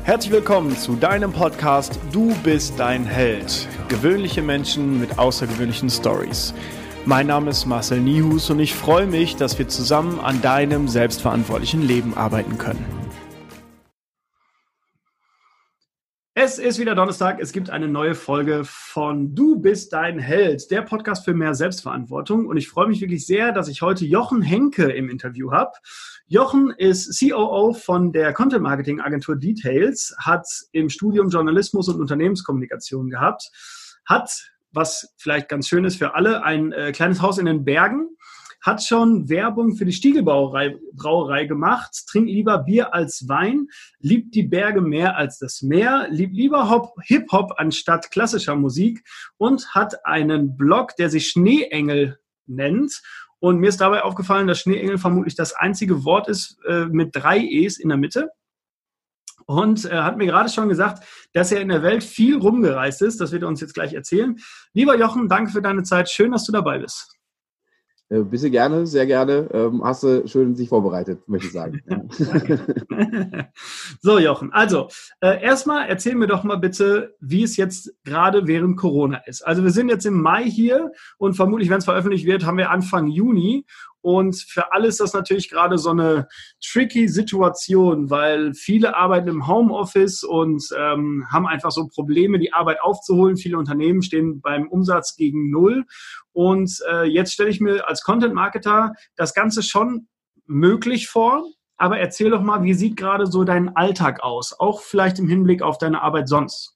Herzlich willkommen zu deinem Podcast Du bist dein Held. Gewöhnliche Menschen mit außergewöhnlichen Stories. Mein Name ist Marcel Nihus und ich freue mich, dass wir zusammen an deinem selbstverantwortlichen Leben arbeiten können. Es ist wieder Donnerstag, es gibt eine neue Folge von Du bist dein Held, der Podcast für mehr Selbstverantwortung. Und ich freue mich wirklich sehr, dass ich heute Jochen Henke im Interview habe. Jochen ist COO von der Content-Marketing-Agentur Details, hat im Studium Journalismus und Unternehmenskommunikation gehabt, hat, was vielleicht ganz schön ist für alle, ein kleines Haus in den Bergen, hat schon Werbung für die Stiegelbrauerei gemacht, trinkt lieber Bier als Wein, liebt die Berge mehr als das Meer, liebt lieber Hip-Hop anstatt klassischer Musik und hat einen Blog, der sich Schneeengel nennt. Und mir ist dabei aufgefallen, dass Schneeengel vermutlich das einzige Wort ist mit 3 E's in der Mitte. Und er hat mir gerade schon gesagt, dass er in der Welt viel rumgereist ist. Das wird er uns jetzt gleich erzählen. Lieber Jochen, danke für deine Zeit. Schön, dass du dabei bist. Bitte gerne, sehr gerne. Hast du schön sich vorbereitet, möchte ich sagen. So, Jochen, also erstmal erzähl mir doch mal bitte, wie es jetzt gerade während Corona ist. Also wir sind jetzt im Mai hier und vermutlich, wenn es veröffentlicht wird, haben wir Anfang Juni. Und für alle ist das natürlich gerade so eine tricky Situation, weil viele arbeiten im Homeoffice und haben einfach so Probleme, die Arbeit aufzuholen. Viele Unternehmen stehen beim Umsatz gegen Null. Und jetzt stelle ich mir als Content-Marketer das Ganze schon möglich vor. Aber erzähl doch mal, wie sieht gerade so dein Alltag aus? Auch vielleicht im Hinblick auf deine Arbeit sonst.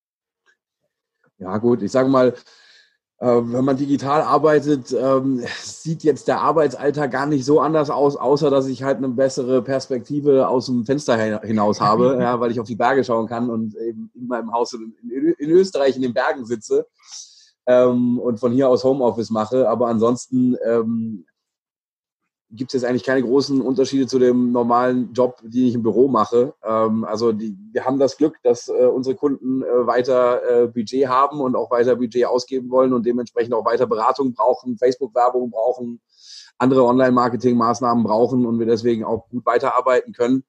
Ja gut, ich sage mal, wenn man digital arbeitet, sieht jetzt der Arbeitsalltag gar nicht so anders aus, außer dass ich halt eine bessere Perspektive aus dem Fenster hinaus habe, ja, weil ich auf die Berge schauen kann und eben in meinem Haus in Österreich in den Bergen sitze und von hier aus Homeoffice mache. Aber ansonsten gibt es jetzt eigentlich keine großen Unterschiede zu dem normalen Job, den ich im Büro mache. Wir haben das Glück, dass unsere Kunden weiter Budget haben und auch weiter Budget ausgeben wollen und dementsprechend auch weiter Beratung brauchen, Facebook-Werbung brauchen, andere Online-Marketing-Maßnahmen brauchen und wir deswegen auch gut weiterarbeiten können.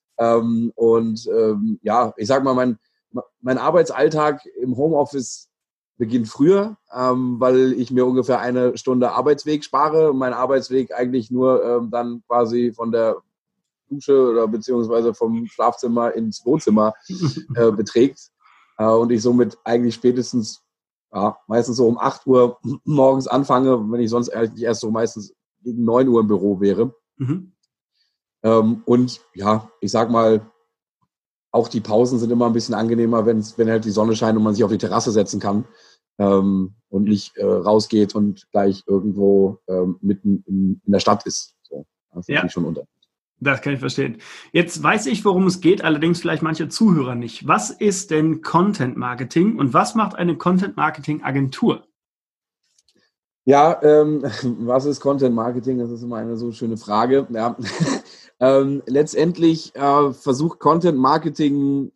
Ich sage mal, mein Arbeitsalltag im Homeoffice beginnt früher, weil ich mir ungefähr 1 Stunde Arbeitsweg spare und mein Arbeitsweg eigentlich nur dann quasi von der Dusche oder beziehungsweise vom Schlafzimmer ins Wohnzimmer beträgt. Und ich somit eigentlich spätestens, meistens so um 8 Uhr morgens anfange, wenn ich sonst eigentlich erst so meistens gegen 9 Uhr im Büro wäre. Mhm. Ich sag mal, auch die Pausen sind immer ein bisschen angenehmer, wenn halt die Sonne scheint und man sich auf die Terrasse setzen kann und nicht rausgeht und gleich irgendwo mitten in der Stadt ist. So, das ist natürlich schon unter. Das kann ich verstehen. Jetzt weiß ich, worum es geht, allerdings vielleicht manche Zuhörer nicht. Was ist denn Content Marketing und was macht eine Content Marketing Agentur? Ja, was ist Content Marketing? Das ist immer eine so schöne Frage. Ja. Letztendlich versucht Content Marketing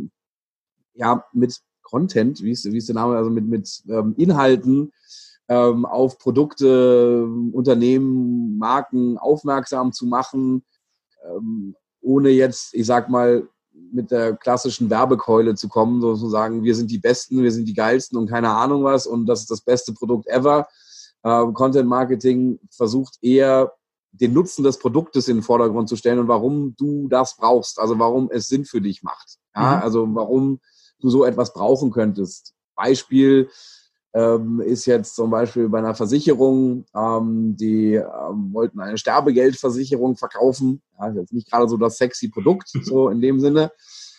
mit Content, wie ist der Name, also mit Inhalten auf Produkte, Unternehmen, Marken aufmerksam zu machen, ohne jetzt, ich sag mal, mit der klassischen Werbekeule zu kommen, sozusagen, wir sind die Besten, wir sind die Geilsten und keine Ahnung was und das ist das beste Produkt ever. Content Marketing versucht eher den Nutzen des Produktes in den Vordergrund zu stellen und warum du das brauchst, also warum es Sinn für dich macht. Ja? Also warum du so etwas brauchen könntest. Beispiel ist jetzt zum Beispiel bei einer Versicherung, die wollten eine Sterbegeldversicherung verkaufen. Ja, jetzt nicht gerade so das sexy Produkt, so in dem Sinne.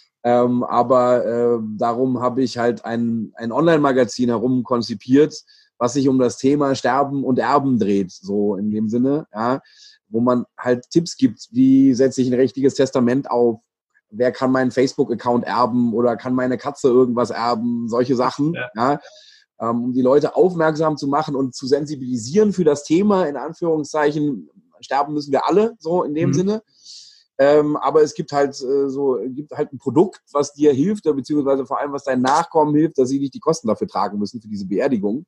Darum habe ich halt ein Online-Magazin herum konzipiert, was sich um das Thema Sterben und Erben dreht, so in dem Sinne, ja, wo man halt Tipps gibt, wie setze ich ein richtiges Testament auf, wer kann meinen Facebook-Account erben oder kann meine Katze irgendwas erben, solche Sachen, ja, um die Leute aufmerksam zu machen und zu sensibilisieren für das Thema, in Anführungszeichen, sterben müssen wir alle, so in dem Sinne. Aber es gibt halt ein Produkt, was dir hilft, beziehungsweise vor allem, was deinen Nachkommen hilft, dass sie nicht die Kosten dafür tragen müssen, für diese Beerdigung.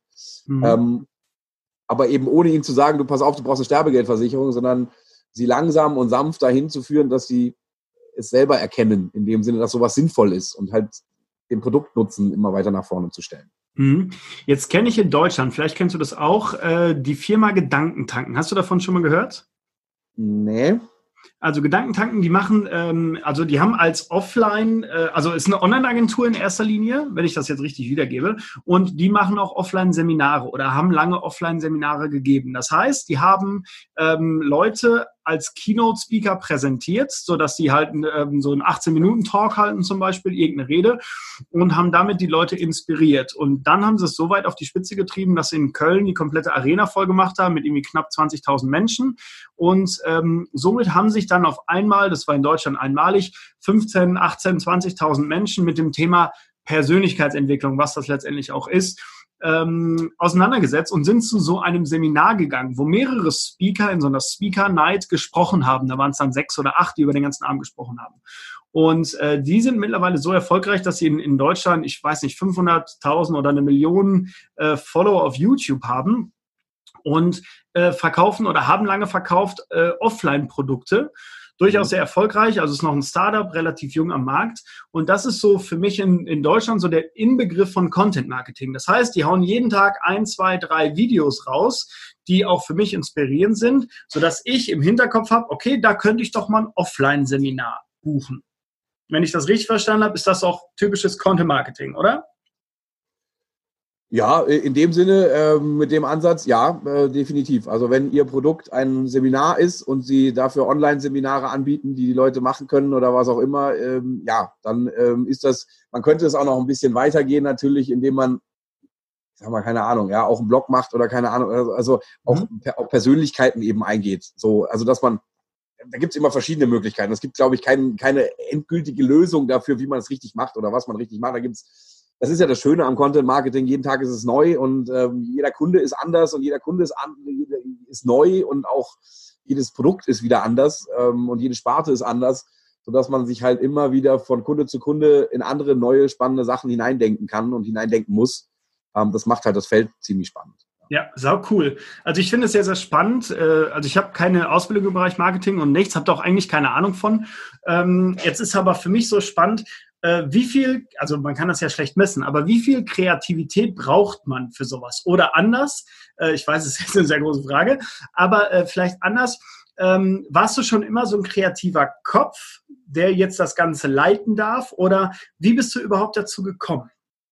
Aber eben ohne ihnen zu sagen, du pass auf, du brauchst eine Sterbegeldversicherung, sondern sie langsam und sanft dahin zu führen, dass sie es selber erkennen, in dem Sinne, dass sowas sinnvoll ist und halt den Produktnutzen immer weiter nach vorne zu stellen. Jetzt kenne ich in Deutschland, vielleicht kennst du das auch, die Firma Gedankentanken. Hast du davon schon mal gehört? Nee. Also Gedankentanken, die machen, also die haben als Offline, also ist eine Online-Agentur in erster Linie, wenn ich das jetzt richtig wiedergebe, und die machen auch Offline-Seminare oder haben lange Offline-Seminare gegeben. Das heißt, die haben Leute als Keynote-Speaker präsentiert, sodass die halt so einen 18-Minuten-Talk halten zum Beispiel, irgendeine Rede, und haben damit die Leute inspiriert. Und dann haben sie es so weit auf die Spitze getrieben, dass sie in Köln die komplette Arena voll gemacht haben mit irgendwie knapp 20.000 Menschen. Und somit haben sich dann auf einmal, das war in Deutschland einmalig, 15, 18, 20.000 Menschen mit dem Thema Persönlichkeitsentwicklung, was das letztendlich auch ist, auseinandergesetzt und sind zu so einem Seminar gegangen, wo mehrere Speaker in so einer Speaker Night gesprochen haben. Da waren es dann 6 oder 8, die über den ganzen Abend gesprochen haben. Und die sind mittlerweile so erfolgreich, dass sie in Deutschland, ich weiß nicht, 500.000 oder 1 Million Follower auf YouTube haben und verkaufen oder haben lange verkauft Offline-Produkte. Durchaus sehr erfolgreich, also es ist noch ein Startup, relativ jung am Markt. Und das ist so für mich in Deutschland so der Inbegriff von Content Marketing. Das heißt, die hauen jeden Tag 1, 2, 3 Videos raus, die auch für mich inspirierend sind, sodass ich im Hinterkopf habe, okay, da könnte ich doch mal ein Offline-Seminar buchen. Wenn ich das richtig verstanden habe, ist das auch typisches Content Marketing, oder? Ja, in dem Sinne, mit dem Ansatz, ja, definitiv. Also wenn Ihr Produkt ein Seminar ist und Sie dafür Online-Seminare anbieten, die Leute machen können oder was auch immer, ja, dann ist das, man könnte es auch noch ein bisschen weitergehen natürlich, indem man, sagen wir, keine Ahnung, ja, auch einen Blog macht oder keine Ahnung, also auch auf Persönlichkeiten eben eingeht. So, also dass man, da gibt es immer verschiedene Möglichkeiten. Es gibt, glaube ich, keine endgültige Lösung dafür, wie man es richtig macht oder was man richtig macht. Das ist ja das Schöne am Content Marketing. Jeden Tag ist es neu und jeder Kunde ist anders und jeder Kunde ist neu und auch jedes Produkt ist wieder anders und jede Sparte ist anders, sodass man sich halt immer wieder von Kunde zu Kunde in andere, neue, spannende Sachen hineindenken kann und hineindenken muss. Das macht halt das Feld ziemlich spannend. Ja, sau cool. Also ich finde es sehr, sehr spannend. Also ich habe keine Ausbildung im Bereich Marketing und nichts, habe da auch eigentlich keine Ahnung von. Jetzt ist aber für mich so spannend, wie viel, also man kann das ja schlecht messen, aber wie viel Kreativität braucht man für sowas? Oder anders, ich weiß, es ist jetzt eine sehr große Frage, aber vielleicht anders, warst du schon immer so ein kreativer Kopf, der jetzt das Ganze leiten darf? Oder wie bist du überhaupt dazu gekommen?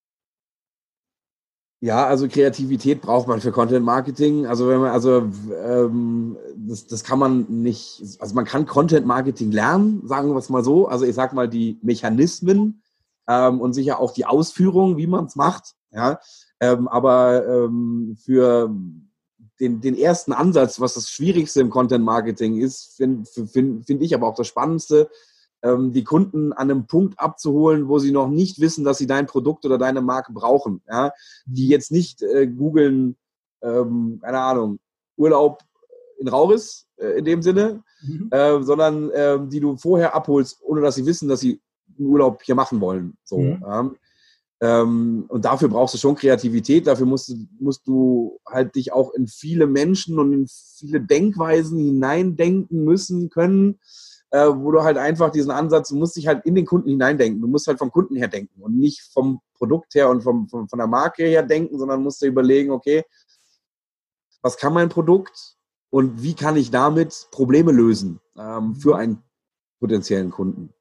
Ja, also Kreativität braucht man für Content Marketing. Also wenn man, das kann man nicht, also man kann Content Marketing lernen, sagen wir es mal so. Also ich sag mal die Mechanismen und sicher auch die Ausführung, wie man es macht. Ja, aber für den ersten Ansatz, was das Schwierigste im Content Marketing ist, find ich aber auch das Spannendste, die Kunden an einem Punkt abzuholen, wo sie noch nicht wissen, dass sie dein Produkt oder deine Marke brauchen. Ja? Die jetzt nicht googeln, keine Ahnung, Urlaub in Rauris in dem Sinne, sondern die du vorher abholst, ohne dass sie wissen, dass sie einen Urlaub hier machen wollen. So, und dafür brauchst du schon Kreativität, dafür musst du halt dich auch in viele Menschen und in viele Denkweisen hineindenken müssen können, wo du halt einfach diesen Ansatz, du musst dich halt in den Kunden hineindenken. Du musst halt vom Kunden her denken und nicht vom Produkt her und von der Marke her denken, sondern musst dir überlegen, okay, was kann mein Produkt und wie kann ich damit Probleme lösen für einen potenziellen Kunden.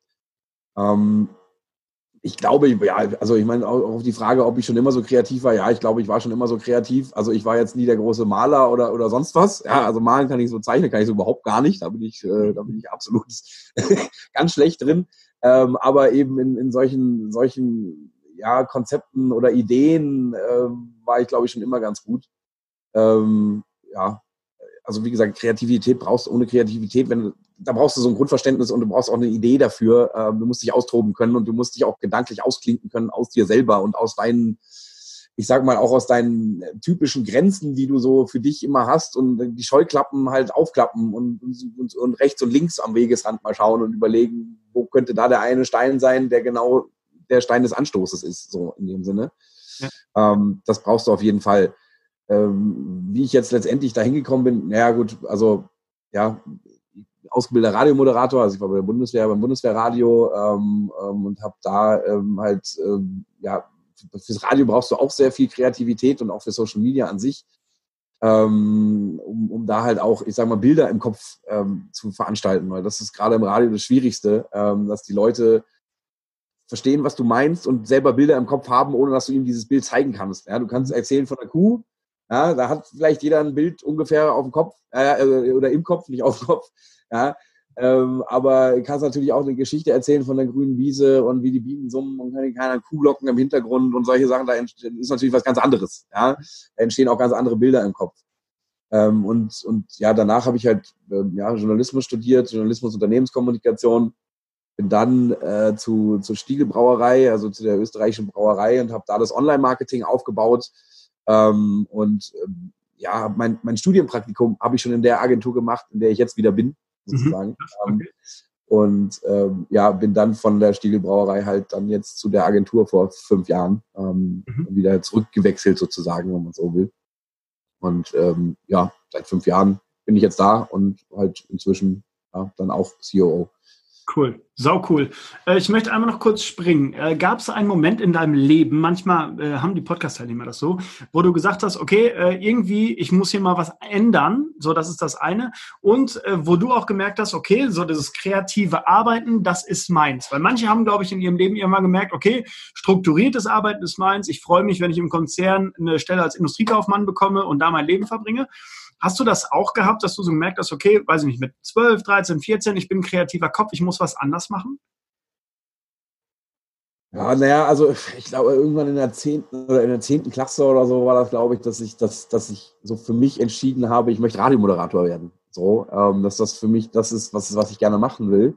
Ich glaube, ja, also ich meine, auch auf die Frage, ob ich schon immer so kreativ war, ja, ich glaube, ich war schon immer so kreativ. Also ich war jetzt nie der große Maler oder sonst was. Ja, also malen kann ich so, zeichnen kann ich so überhaupt gar nicht. Da bin ich absolut ganz schlecht drin. Aber eben in solchen ja, Konzepten oder Ideen war ich, glaube ich, schon immer ganz gut. Ja, also wie gesagt, Kreativität brauchst du. Ohne Kreativität, da brauchst du so ein Grundverständnis und du brauchst auch eine Idee dafür. Du musst dich austoben können und du musst dich auch gedanklich ausklinken können aus dir selber und aus deinen, ich sag mal, auch aus deinen typischen Grenzen, die du so für dich immer hast und die Scheuklappen halt aufklappen und rechts und links am Wegesrand mal schauen und überlegen, wo könnte da der eine Stein sein, der genau der Stein des Anstoßes ist, so in dem Sinne. Ja. Das brauchst du auf jeden Fall. Wie ich jetzt letztendlich da hingekommen bin, naja gut, also ja, ausgebildeter Radiomoderator, also ich war bei der Bundeswehr, beim Bundeswehrradio und habe da fürs Radio brauchst du auch sehr viel Kreativität und auch für Social Media an sich, um da halt auch, ich sag mal, Bilder im Kopf zu veranstalten, weil das ist gerade im Radio das Schwierigste, dass die Leute verstehen, was du meinst und selber Bilder im Kopf haben, ohne dass du ihm dieses Bild zeigen kannst. Ja, du kannst erzählen von einer Kuh, ja, da hat vielleicht jeder ein Bild ungefähr auf dem Kopf oder im Kopf, nicht auf dem Kopf. Ja, aber du kannst natürlich auch eine Geschichte erzählen von der grünen Wiese und wie die Bienen summen und keine Kuhglocken im Hintergrund und solche Sachen. Da ist natürlich was ganz anderes. Ja, da entstehen auch ganz andere Bilder im Kopf. Und ja, danach habe ich halt Journalismus studiert, Journalismus, Unternehmenskommunikation. Bin dann zur Stiegl Brauerei, also zu der österreichischen Brauerei und habe da das Online-Marketing aufgebaut. Mein Studienpraktikum habe ich schon in der Agentur gemacht, in der ich jetzt wieder bin, sozusagen. Okay. Bin dann von der Stiegl Brauerei halt dann jetzt zu der Agentur vor 5 Jahren wieder zurückgewechselt sozusagen, wenn man so will. Und seit 5 Jahren bin ich jetzt da und halt inzwischen dann auch COO. Cool, sau cool. Ich möchte einmal noch kurz springen. Gab es einen Moment in deinem Leben, manchmal haben die Podcast-Teilnehmer das so, wo du gesagt hast, okay, irgendwie, ich muss hier mal was ändern, so, das ist das eine. Und wo du auch gemerkt hast, okay, so dieses kreative Arbeiten, das ist meins. Weil manche haben, glaube ich, in ihrem Leben irgendwann gemerkt, okay, strukturiertes Arbeiten ist meins. Ich freue mich, wenn ich im Konzern eine Stelle als Industriekaufmann bekomme und da mein Leben verbringe. Hast du das auch gehabt, dass du so gemerkt hast, okay, weiß ich nicht, mit 12, 13, 14, ich bin ein kreativer Kopf, ich muss was anders machen? Ja, also ich glaube, irgendwann in der 10. oder in der 10. Klasse oder so war das, glaube ich, dass ich so für mich entschieden habe, ich möchte Radiomoderator werden. So, dass das für mich das ist, was ich gerne machen will.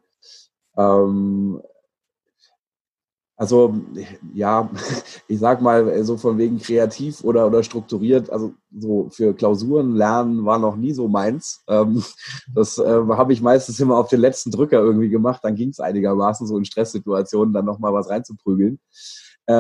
Also, ja, ich sag mal, so von wegen kreativ oder strukturiert, also so für Klausuren lernen war noch nie so meins. Das habe ich meistens immer auf den letzten Drücker irgendwie gemacht, dann ging es einigermaßen, so in Stresssituationen dann nochmal was reinzuprügeln. Ich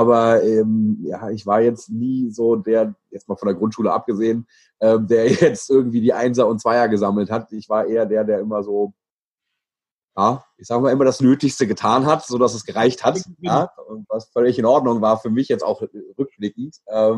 war jetzt nie so der, jetzt mal von der Grundschule abgesehen, der jetzt irgendwie die Einser und Zweier gesammelt hat. Ich war eher der immer so, ich sage mal, immer das Nötigste getan hat, so dass es gereicht hat, und was völlig in Ordnung war für mich jetzt auch rückblickend.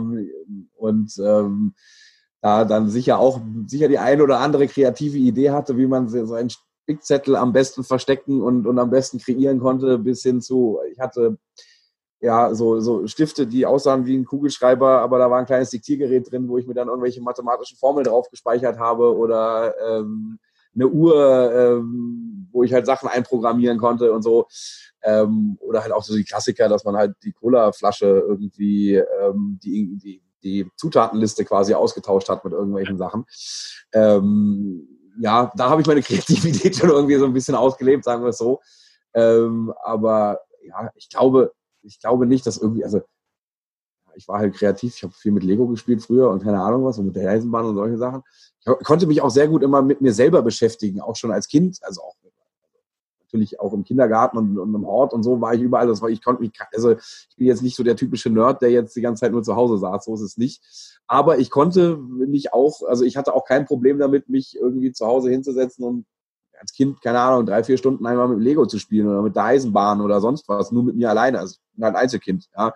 Da dann sicher die eine oder andere kreative Idee hatte, wie man so einen Spickzettel am besten verstecken und am besten kreieren konnte, bis hin zu, ich hatte so Stifte, die aussahen wie ein Kugelschreiber, aber da war ein kleines Diktiergerät drin, wo ich mir dann irgendwelche mathematischen Formeln drauf gespeichert habe oder eine Uhr, wo ich halt Sachen einprogrammieren konnte und so. Oder halt auch so die Klassiker, dass man halt die Colaflasche irgendwie die Zutatenliste quasi ausgetauscht hat mit irgendwelchen Sachen. Da habe ich meine Kreativität schon irgendwie so ein bisschen ausgelebt, sagen wir es so. Aber ja, ich glaube nicht, dass irgendwie, also ich war halt kreativ, ich habe viel mit Lego gespielt früher und keine Ahnung was und mit der Eisenbahn und solche Sachen. Ich konnte mich auch sehr gut immer mit mir selber beschäftigen, auch schon als Kind, also auch natürlich auch im Kindergarten und im Hort und so war ich überall. Ich bin jetzt nicht so der typische Nerd, der jetzt die ganze Zeit nur zu Hause saß, so ist es nicht. Aber ich konnte mich auch, also ich hatte auch kein Problem damit, mich irgendwie zu Hause hinzusetzen und als Kind, keine Ahnung, 3-4 Stunden einmal mit Lego zu spielen oder mit der Eisenbahn oder sonst was, nur mit mir alleine. Also ich bin halt ein Einzelkind, ja.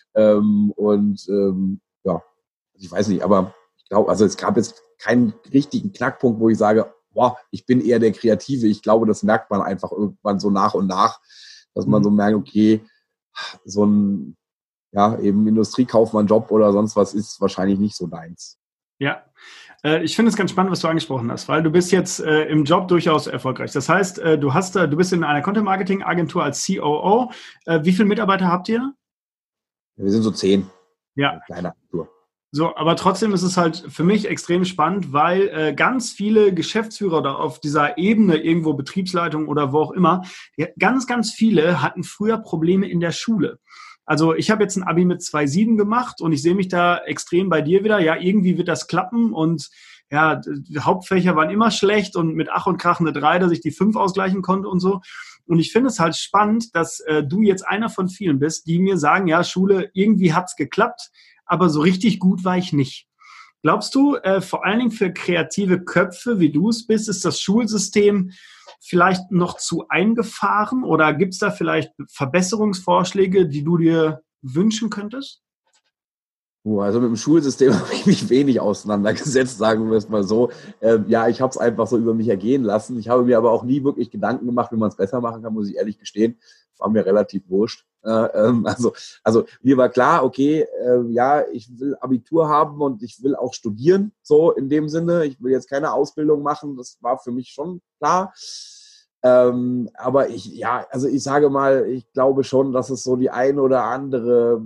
Ich weiß nicht, aber ich glaube, also es gab jetzt keinen richtigen Knackpunkt, wo ich sage, boah, ich bin eher der Kreative. Ich glaube, das merkt man einfach irgendwann so nach und nach, dass man so merkt, okay, so ein, eben Industriekaufmann-Job oder sonst was ist wahrscheinlich nicht so deins. Ja, ich finde es ganz spannend, was du angesprochen hast, weil du bist jetzt im Job durchaus erfolgreich. Das heißt, du bist in einer Content-Marketing-Agentur als COO. Wie viele Mitarbeiter habt ihr? Wir sind so 10. Ja. Eine kleine Agentur. So, aber trotzdem ist es halt für mich extrem spannend, weil ganz viele Geschäftsführer oder auf dieser Ebene, irgendwo Betriebsleitung oder wo auch immer, ganz, ganz viele hatten früher Probleme in der Schule. Also ich habe jetzt ein Abi mit 2,7 gemacht und ich sehe mich da extrem bei dir wieder. Ja, irgendwie wird das klappen und ja, die Hauptfächer waren immer schlecht und mit Ach und Krach eine 3, dass ich die 5 ausgleichen konnte und so. Und ich finde es halt spannend, dass du jetzt einer von vielen bist, die mir sagen, ja, Schule, irgendwie hat's geklappt, aber so richtig gut war ich nicht. Glaubst du, vor allen Dingen für kreative Köpfe, wie du es bist, ist das Schulsystem vielleicht noch zu eingefahren oder gibt es da vielleicht Verbesserungsvorschläge, die du dir wünschen könntest? Also mit dem Schulsystem habe ich mich wenig auseinandergesetzt, sagen wir es mal so. Ja, ich habe es einfach so über mich ergehen lassen. Ich habe mir aber auch nie wirklich Gedanken gemacht, wie man es besser machen kann, muss ich ehrlich gestehen. War mir relativ wurscht. Also mir war klar, okay, ja, ich will Abitur haben und ich will auch studieren, so in dem Sinne. Ich will jetzt keine Ausbildung machen, das war für mich schon klar. Aber ich sage mal, ich glaube schon, dass es so die eine oder andere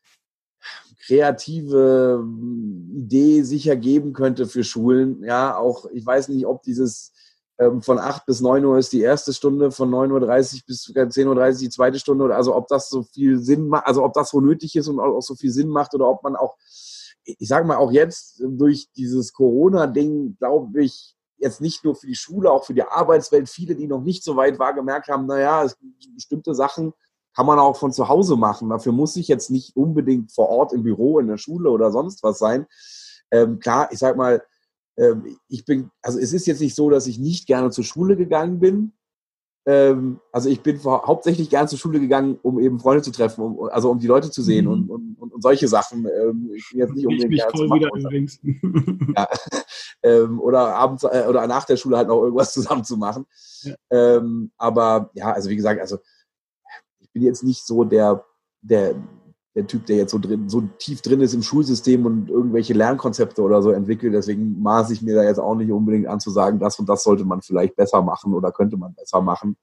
kreative Idee sicher geben könnte für Schulen. Ja, auch, ich weiß nicht, ob dieses von 8 bis 9 Uhr ist die erste Stunde, von 9:30 Uhr bis 10:30 Uhr die zweite Stunde, oder also ob das so viel Sinn macht, also ob das so nötig ist und auch so viel Sinn macht, oder ob man auch, ich sage mal, auch jetzt durch dieses Corona-Ding, glaube ich, jetzt nicht nur für die Schule, auch für die Arbeitswelt, viele, die noch nicht so weit war, gemerkt haben, naja, es gibt bestimmte Sachen, kann man auch von zu Hause machen. Dafür muss ich jetzt nicht unbedingt vor Ort im Büro, in der Schule oder sonst was sein. Klar, ich sag mal, also es ist jetzt nicht so, dass ich nicht gerne zur Schule gegangen bin. Also ich bin hauptsächlich gerne zur Schule gegangen, um eben Freunde zu treffen, um die Leute zu sehen und solche Sachen. Ich bin jetzt nicht unbedingt gerne voll wieder übrigens. Ja. Oder abends oder nach der Schule halt noch irgendwas zusammen zu machen. Ja. Aber ja, also wie gesagt, also ich bin jetzt nicht so der Typ, der jetzt so tief drin ist im Schulsystem und irgendwelche Lernkonzepte oder so entwickelt. Deswegen maße ich mir da jetzt auch nicht unbedingt an zu sagen, das und das sollte man vielleicht besser machen oder könnte man besser machen.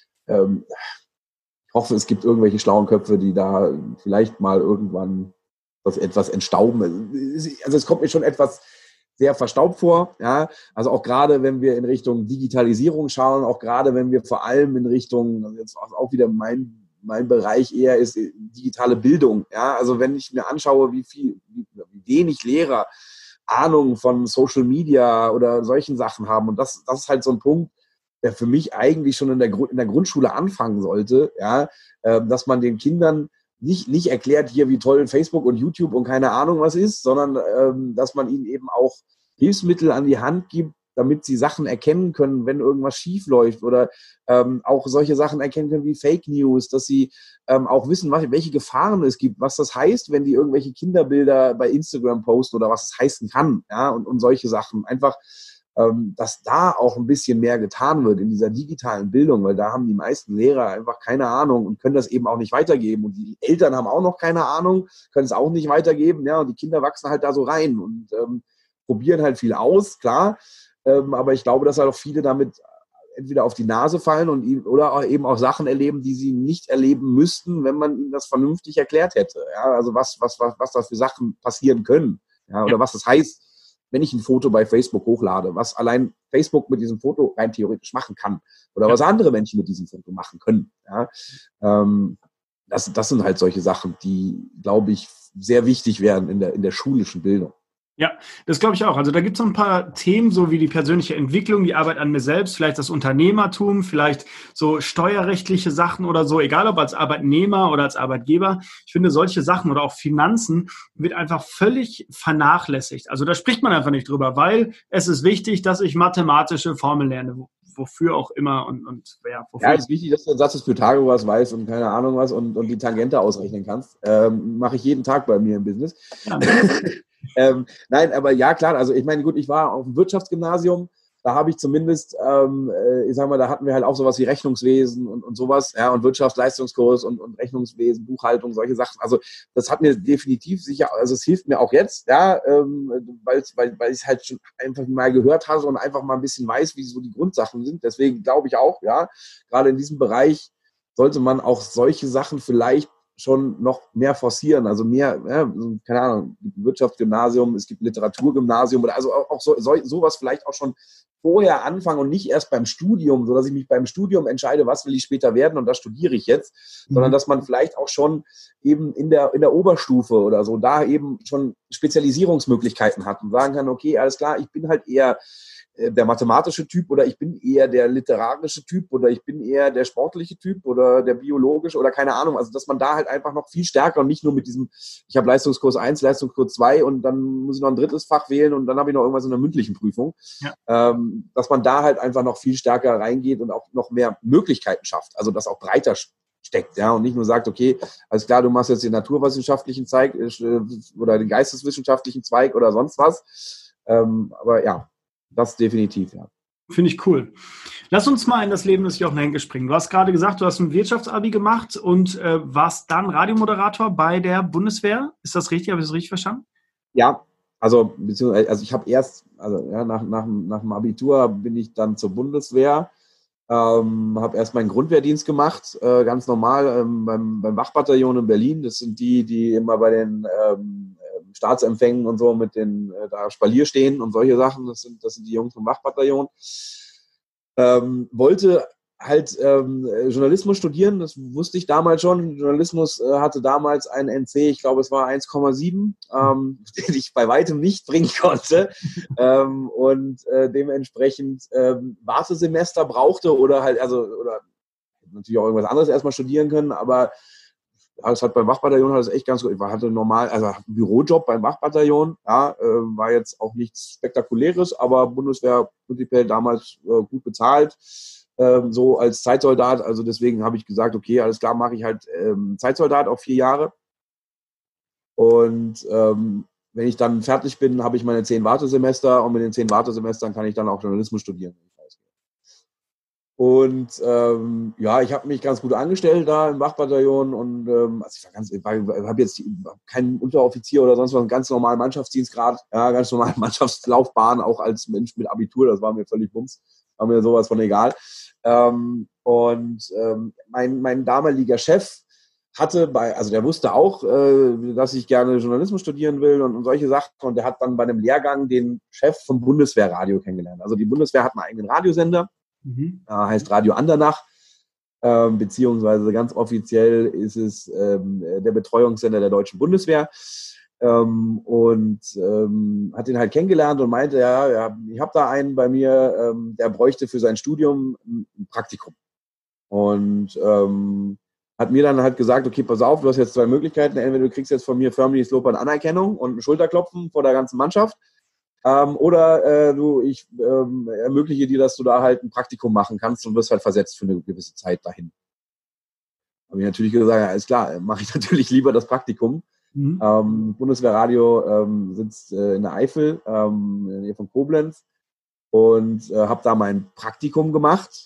Ich hoffe, es gibt irgendwelche schlauen Köpfe, die da vielleicht mal irgendwann das etwas entstauben. Also es kommt mir schon etwas sehr verstaubt vor. Ja? Also auch gerade, wenn wir in Richtung Digitalisierung schauen, auch gerade, wenn wir vor allem in Richtung, also jetzt auch wieder mein Bereich eher ist digitale Bildung. Ja, also wenn ich mir anschaue, wie wenig Lehrer Ahnung von Social Media oder solchen Sachen haben, und das ist halt so ein Punkt, der für mich eigentlich schon in der Grundschule anfangen sollte, ja, dass man den Kindern nicht erklärt hier, wie toll Facebook und YouTube und keine Ahnung was ist, sondern dass man ihnen eben auch Hilfsmittel an die Hand gibt, damit sie Sachen erkennen können, wenn irgendwas schief läuft, oder auch solche Sachen erkennen können wie Fake News, dass sie auch wissen, welche Gefahren es gibt, was das heißt, wenn die irgendwelche Kinderbilder bei Instagram posten oder was es heißen kann, ja, und solche Sachen. Einfach, dass da auch ein bisschen mehr getan wird in dieser digitalen Bildung, weil da haben die meisten Lehrer einfach keine Ahnung und können das eben auch nicht weitergeben. Und die Eltern haben auch noch keine Ahnung, können es auch nicht weitergeben, ja, und die Kinder wachsen halt da so rein und probieren halt viel aus, klar. Aber ich glaube, dass halt auch viele damit entweder auf die Nase fallen oder eben auch Sachen erleben, die sie nicht erleben müssten, wenn man ihnen das vernünftig erklärt hätte. Ja, also was da für Sachen passieren können. Ja, oder was das heißt, wenn ich ein Foto bei Facebook hochlade, was allein Facebook mit diesem Foto rein theoretisch machen kann. Oder was andere Menschen mit diesem Foto machen können. Ja, das sind halt solche Sachen, die, glaube ich, sehr wichtig werden in der schulischen Bildung. Ja, das glaube ich auch. Also da gibt es so ein paar Themen, so wie die persönliche Entwicklung, die Arbeit an mir selbst, vielleicht das Unternehmertum, vielleicht so steuerrechtliche Sachen oder so, egal ob als Arbeitnehmer oder als Arbeitgeber. Ich finde, solche Sachen oder auch Finanzen wird einfach völlig vernachlässigt. Also da spricht man einfach nicht drüber, weil es ist wichtig, dass ich mathematische Formeln lerne, wofür auch immer und ja. Ja, es ist wichtig, dass du den Satz des Pythagoras weißt und keine Ahnung was und die Tangente ausrechnen kannst. Mache ich jeden Tag bei mir im Business. Ja. Nein, aber ja, klar, also ich meine, gut, ich war auf dem Wirtschaftsgymnasium, da habe ich zumindest, ich sag mal, da hatten wir halt auch sowas wie Rechnungswesen und sowas, ja, und Wirtschaftsleistungskurs und Rechnungswesen, Buchhaltung, solche Sachen. Also das hat mir definitiv sicher, also es hilft mir auch jetzt, ja, weil ich es halt schon einfach mal gehört habe und einfach mal ein bisschen weiß, wie so die Grundsachen sind. Deswegen glaube ich auch, ja, gerade in diesem Bereich sollte man auch solche Sachen vielleicht schon noch mehr forcieren, also mehr, ja, keine Ahnung, Wirtschaftsgymnasium, es gibt Literaturgymnasium oder also auch sowas vielleicht auch schon vorher anfange und nicht erst beim Studium, sodass ich mich beim Studium entscheide, was will ich später werden und das studiere ich jetzt, sondern dass man vielleicht auch schon eben in der Oberstufe oder so da eben schon Spezialisierungsmöglichkeiten hat und sagen kann, okay, alles klar, ich bin halt eher der mathematische Typ oder ich bin eher der literarische Typ oder ich bin eher der sportliche Typ oder der biologische oder keine Ahnung. Also dass man da halt einfach noch viel stärker und nicht nur mit diesem, ich habe Leistungskurs 1, Leistungskurs 2 und dann muss ich noch ein drittes Fach wählen und dann habe ich noch irgendwas in der mündlichen Prüfung. Ja. Dass man da halt einfach noch viel stärker reingeht und auch noch mehr Möglichkeiten schafft. Also das auch breiter steckt, ja, und nicht nur sagt, okay, alles klar, du machst jetzt den naturwissenschaftlichen Zweig oder den geisteswissenschaftlichen Zweig oder sonst was. Aber ja, das definitiv, ja. Finde ich cool. Lass uns mal in das Leben des Jochen Henke springen. Du hast gerade gesagt, du hast ein Wirtschaftsabi gemacht und warst dann Radiomoderator bei der Bundeswehr. Ist das richtig? Habe ich das richtig verstanden? Ja, also ich habe erst, nach dem Abitur bin ich dann zur Bundeswehr, habe erst meinen Grundwehrdienst gemacht, ganz normal beim Wachbataillon in Berlin. Das sind die immer bei den Staatsempfängen und so mit den da Spalier stehen und solche Sachen. Das sind die Jungs vom Wachbataillon. Wollte halt Journalismus studieren, das wusste ich damals schon. Journalismus hatte damals einen NC, ich glaube es war 1,7, den ich bei weitem nicht bringen konnte und dementsprechend Wartesemester brauchte oder natürlich auch irgendwas anderes erstmal studieren können, aber es hat beim Wachbataillon hat es echt ganz gut. Ich hatte normal, also einen Bürojob beim Wachbataillon, ja, war jetzt auch nichts Spektakuläres, aber Bundeswehr prinzipiell damals gut bezahlt, so als Zeitsoldat. Also deswegen habe ich gesagt, okay, alles klar, mache ich halt Zeitsoldat auch 4 Jahre. Und wenn ich dann fertig bin, habe ich meine 10 Wartesemester und mit den 10 Wartesemestern kann ich dann auch Journalismus studieren. Und ich habe mich ganz gut angestellt da im Wachbataillon und ich habe jetzt keinen Unteroffizier oder sonst was, einen ganz normalen Mannschaftsdienstgrad, ja, ganz normale Mannschaftslaufbahn, auch als Mensch mit Abitur, das war mir völlig bums, war mir sowas von egal. Mein damaliger Chef der wusste auch, dass ich gerne Journalismus studieren will und solche Sachen und der hat dann bei einem Lehrgang den Chef vom Bundeswehrradio kennengelernt. Also die Bundeswehr hat einen eigenen Radiosender. Heißt Radio Andernach, beziehungsweise ganz offiziell ist es der Betreuungssender der Deutschen Bundeswehr hat ihn halt kennengelernt und meinte, ja ich habe da einen bei mir, der bräuchte für sein Studium ein Praktikum und hat mir dann halt gesagt, okay, pass auf, du hast jetzt 2 Möglichkeiten, entweder du kriegst jetzt von mir förmliches Lob und Anerkennung und ein Schulterklopfen vor der ganzen Mannschaft, ich ermögliche dir, dass du da halt ein Praktikum machen kannst und wirst halt versetzt für eine gewisse Zeit dahin. Habe ich natürlich gesagt, ja, alles klar, mache ich natürlich lieber das Praktikum. Bundeswehrradio sitzt in der Eifel, in der Nähe von Koblenz und habe da mein Praktikum gemacht.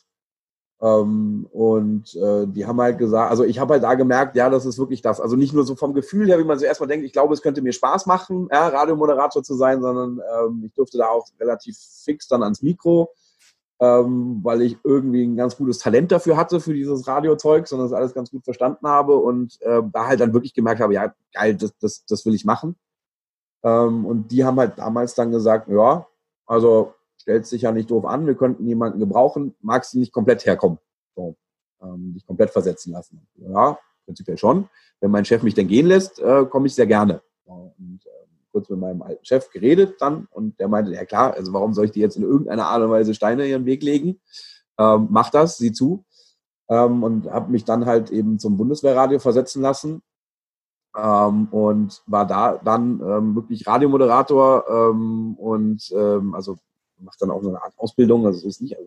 Die haben halt gesagt, also ich habe halt da gemerkt, ja, das ist wirklich das. Also nicht nur so vom Gefühl her, wie man so erstmal denkt, ich glaube, es könnte mir Spaß machen, ja, Radiomoderator zu sein, sondern ich durfte da auch relativ fix dann ans Mikro, weil ich irgendwie ein ganz gutes Talent dafür hatte, für dieses Radiozeug, sondern das alles ganz gut verstanden habe und da halt dann wirklich gemerkt habe, ja, geil, das will ich machen. Und die haben halt damals dann gesagt, ja, also stellst dich ja nicht doof an, wir könnten jemanden gebrauchen, magst du nicht komplett herkommen, so, dich komplett versetzen lassen. Ja, prinzipiell schon. Wenn mein Chef mich denn gehen lässt, komme ich sehr gerne. Und kurz mit meinem alten Chef geredet dann und der meinte, ja klar, also warum soll ich dir jetzt in irgendeiner Art und Weise Steine in ihren Weg legen? Mach das, sieh zu. Und habe mich dann halt eben zum Bundeswehrradio versetzen lassen. Und war da dann wirklich Radiomoderator also macht dann auch so eine Art Ausbildung, also es ist nicht,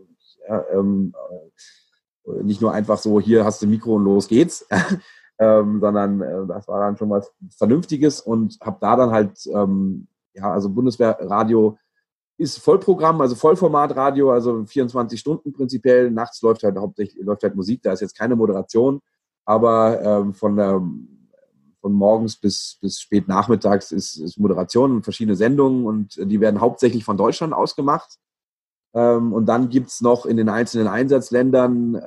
nicht nur einfach so, hier hast du ein Mikro und los geht's, sondern das war dann schon was Vernünftiges und habe da dann halt, also Bundeswehrradio ist Vollprogramm, also Vollformatradio, also 24 Stunden prinzipiell, nachts läuft halt Musik, da ist jetzt keine Moderation, aber von morgens bis spät nachmittags ist Moderation und verschiedene Sendungen und die werden hauptsächlich von Deutschland ausgemacht. Und dann gibt's noch in den einzelnen Einsatzländern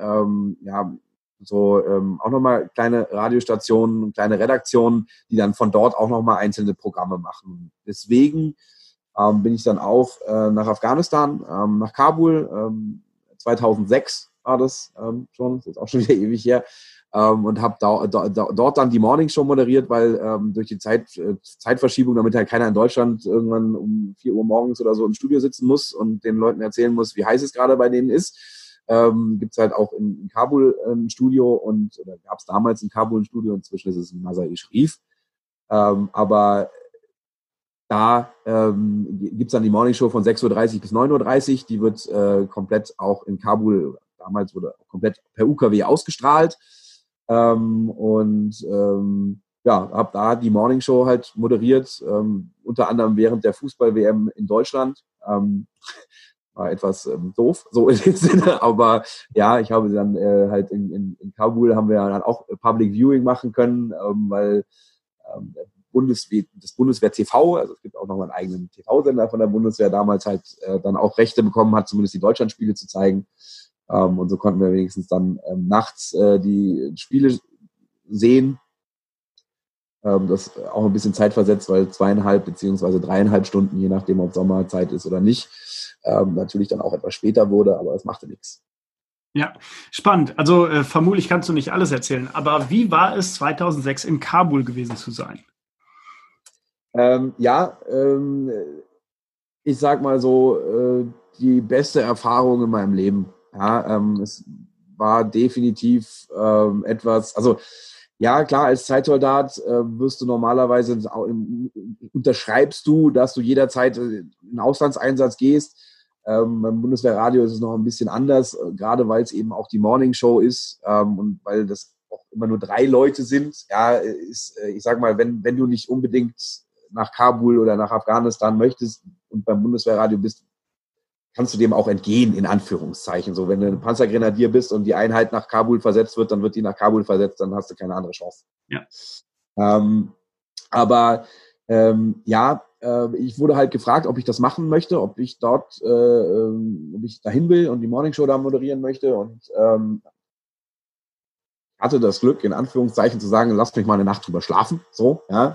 auch nochmal kleine Radiostationen, kleine Redaktionen, die dann von dort auch nochmal einzelne Programme machen. Deswegen bin ich dann auch nach Afghanistan, nach Kabul. 2006 war das schon, das ist auch schon wieder ewig her. Und habe dort dann die Morning Show moderiert, weil durch die Zeitverschiebung, damit halt keiner in Deutschland irgendwann um 4 Uhr morgens oder so im Studio sitzen muss und den Leuten erzählen muss, wie heiß es gerade bei denen ist, gibt es halt auch in Kabul ein Studio oder gab es damals in Kabul ein Studio, inzwischen ist es in Mazar-i-Sharif. Aber da gibt es dann die Morning Show von 6:30 Uhr bis 9:30 Uhr, die wird komplett auch in Kabul, damals wurde komplett per UKW ausgestrahlt. Ja, habe da die Morning Show halt moderiert, unter anderem während der Fußball-WM in Deutschland. War etwas doof, so in dem Sinne, aber ja, ich habe dann halt in Kabul haben wir dann auch Public Viewing machen können, weil das Bundeswehr TV, also es gibt auch noch einen eigenen TV-Sender von der Bundeswehr, damals halt dann auch Rechte bekommen hat, zumindest die Deutschlandspiele zu zeigen. Und so konnten wir wenigstens dann nachts die Spiele sehen. Das auch ein bisschen zeitversetzt, weil 2,5 beziehungsweise 3,5 Stunden, je nachdem, ob Sommerzeit ist oder nicht, natürlich dann auch etwas später wurde, aber es machte nichts. Ja, spannend. Also vermutlich kannst du nicht alles erzählen, aber wie war es 2006 in Kabul gewesen zu sein? Ich sag mal so, die beste Erfahrung in meinem Leben. Ja, es war definitiv etwas, also ja, klar, als Zeitsoldat wirst du normalerweise, unterschreibst du, dass du jederzeit in Auslandseinsatz gehst. Beim Bundeswehrradio ist es noch ein bisschen anders, gerade weil es eben auch die Morning Show ist und weil das auch immer nur 3 Leute sind. Ja, ich sag mal, wenn du nicht unbedingt nach Kabul oder nach Afghanistan möchtest und beim Bundeswehrradio bist, kannst du dem auch entgehen, in Anführungszeichen. So, wenn du ein Panzergrenadier bist und die Einheit nach Kabul versetzt wird, dann wird die nach Kabul versetzt, dann hast du keine andere Chance. Ja. Ich wurde halt gefragt, ob ich das machen möchte, ob ich dahin will und die Morning Show da moderieren möchte und hatte das Glück, in Anführungszeichen zu sagen, lasst mich mal eine Nacht drüber schlafen, so, ja,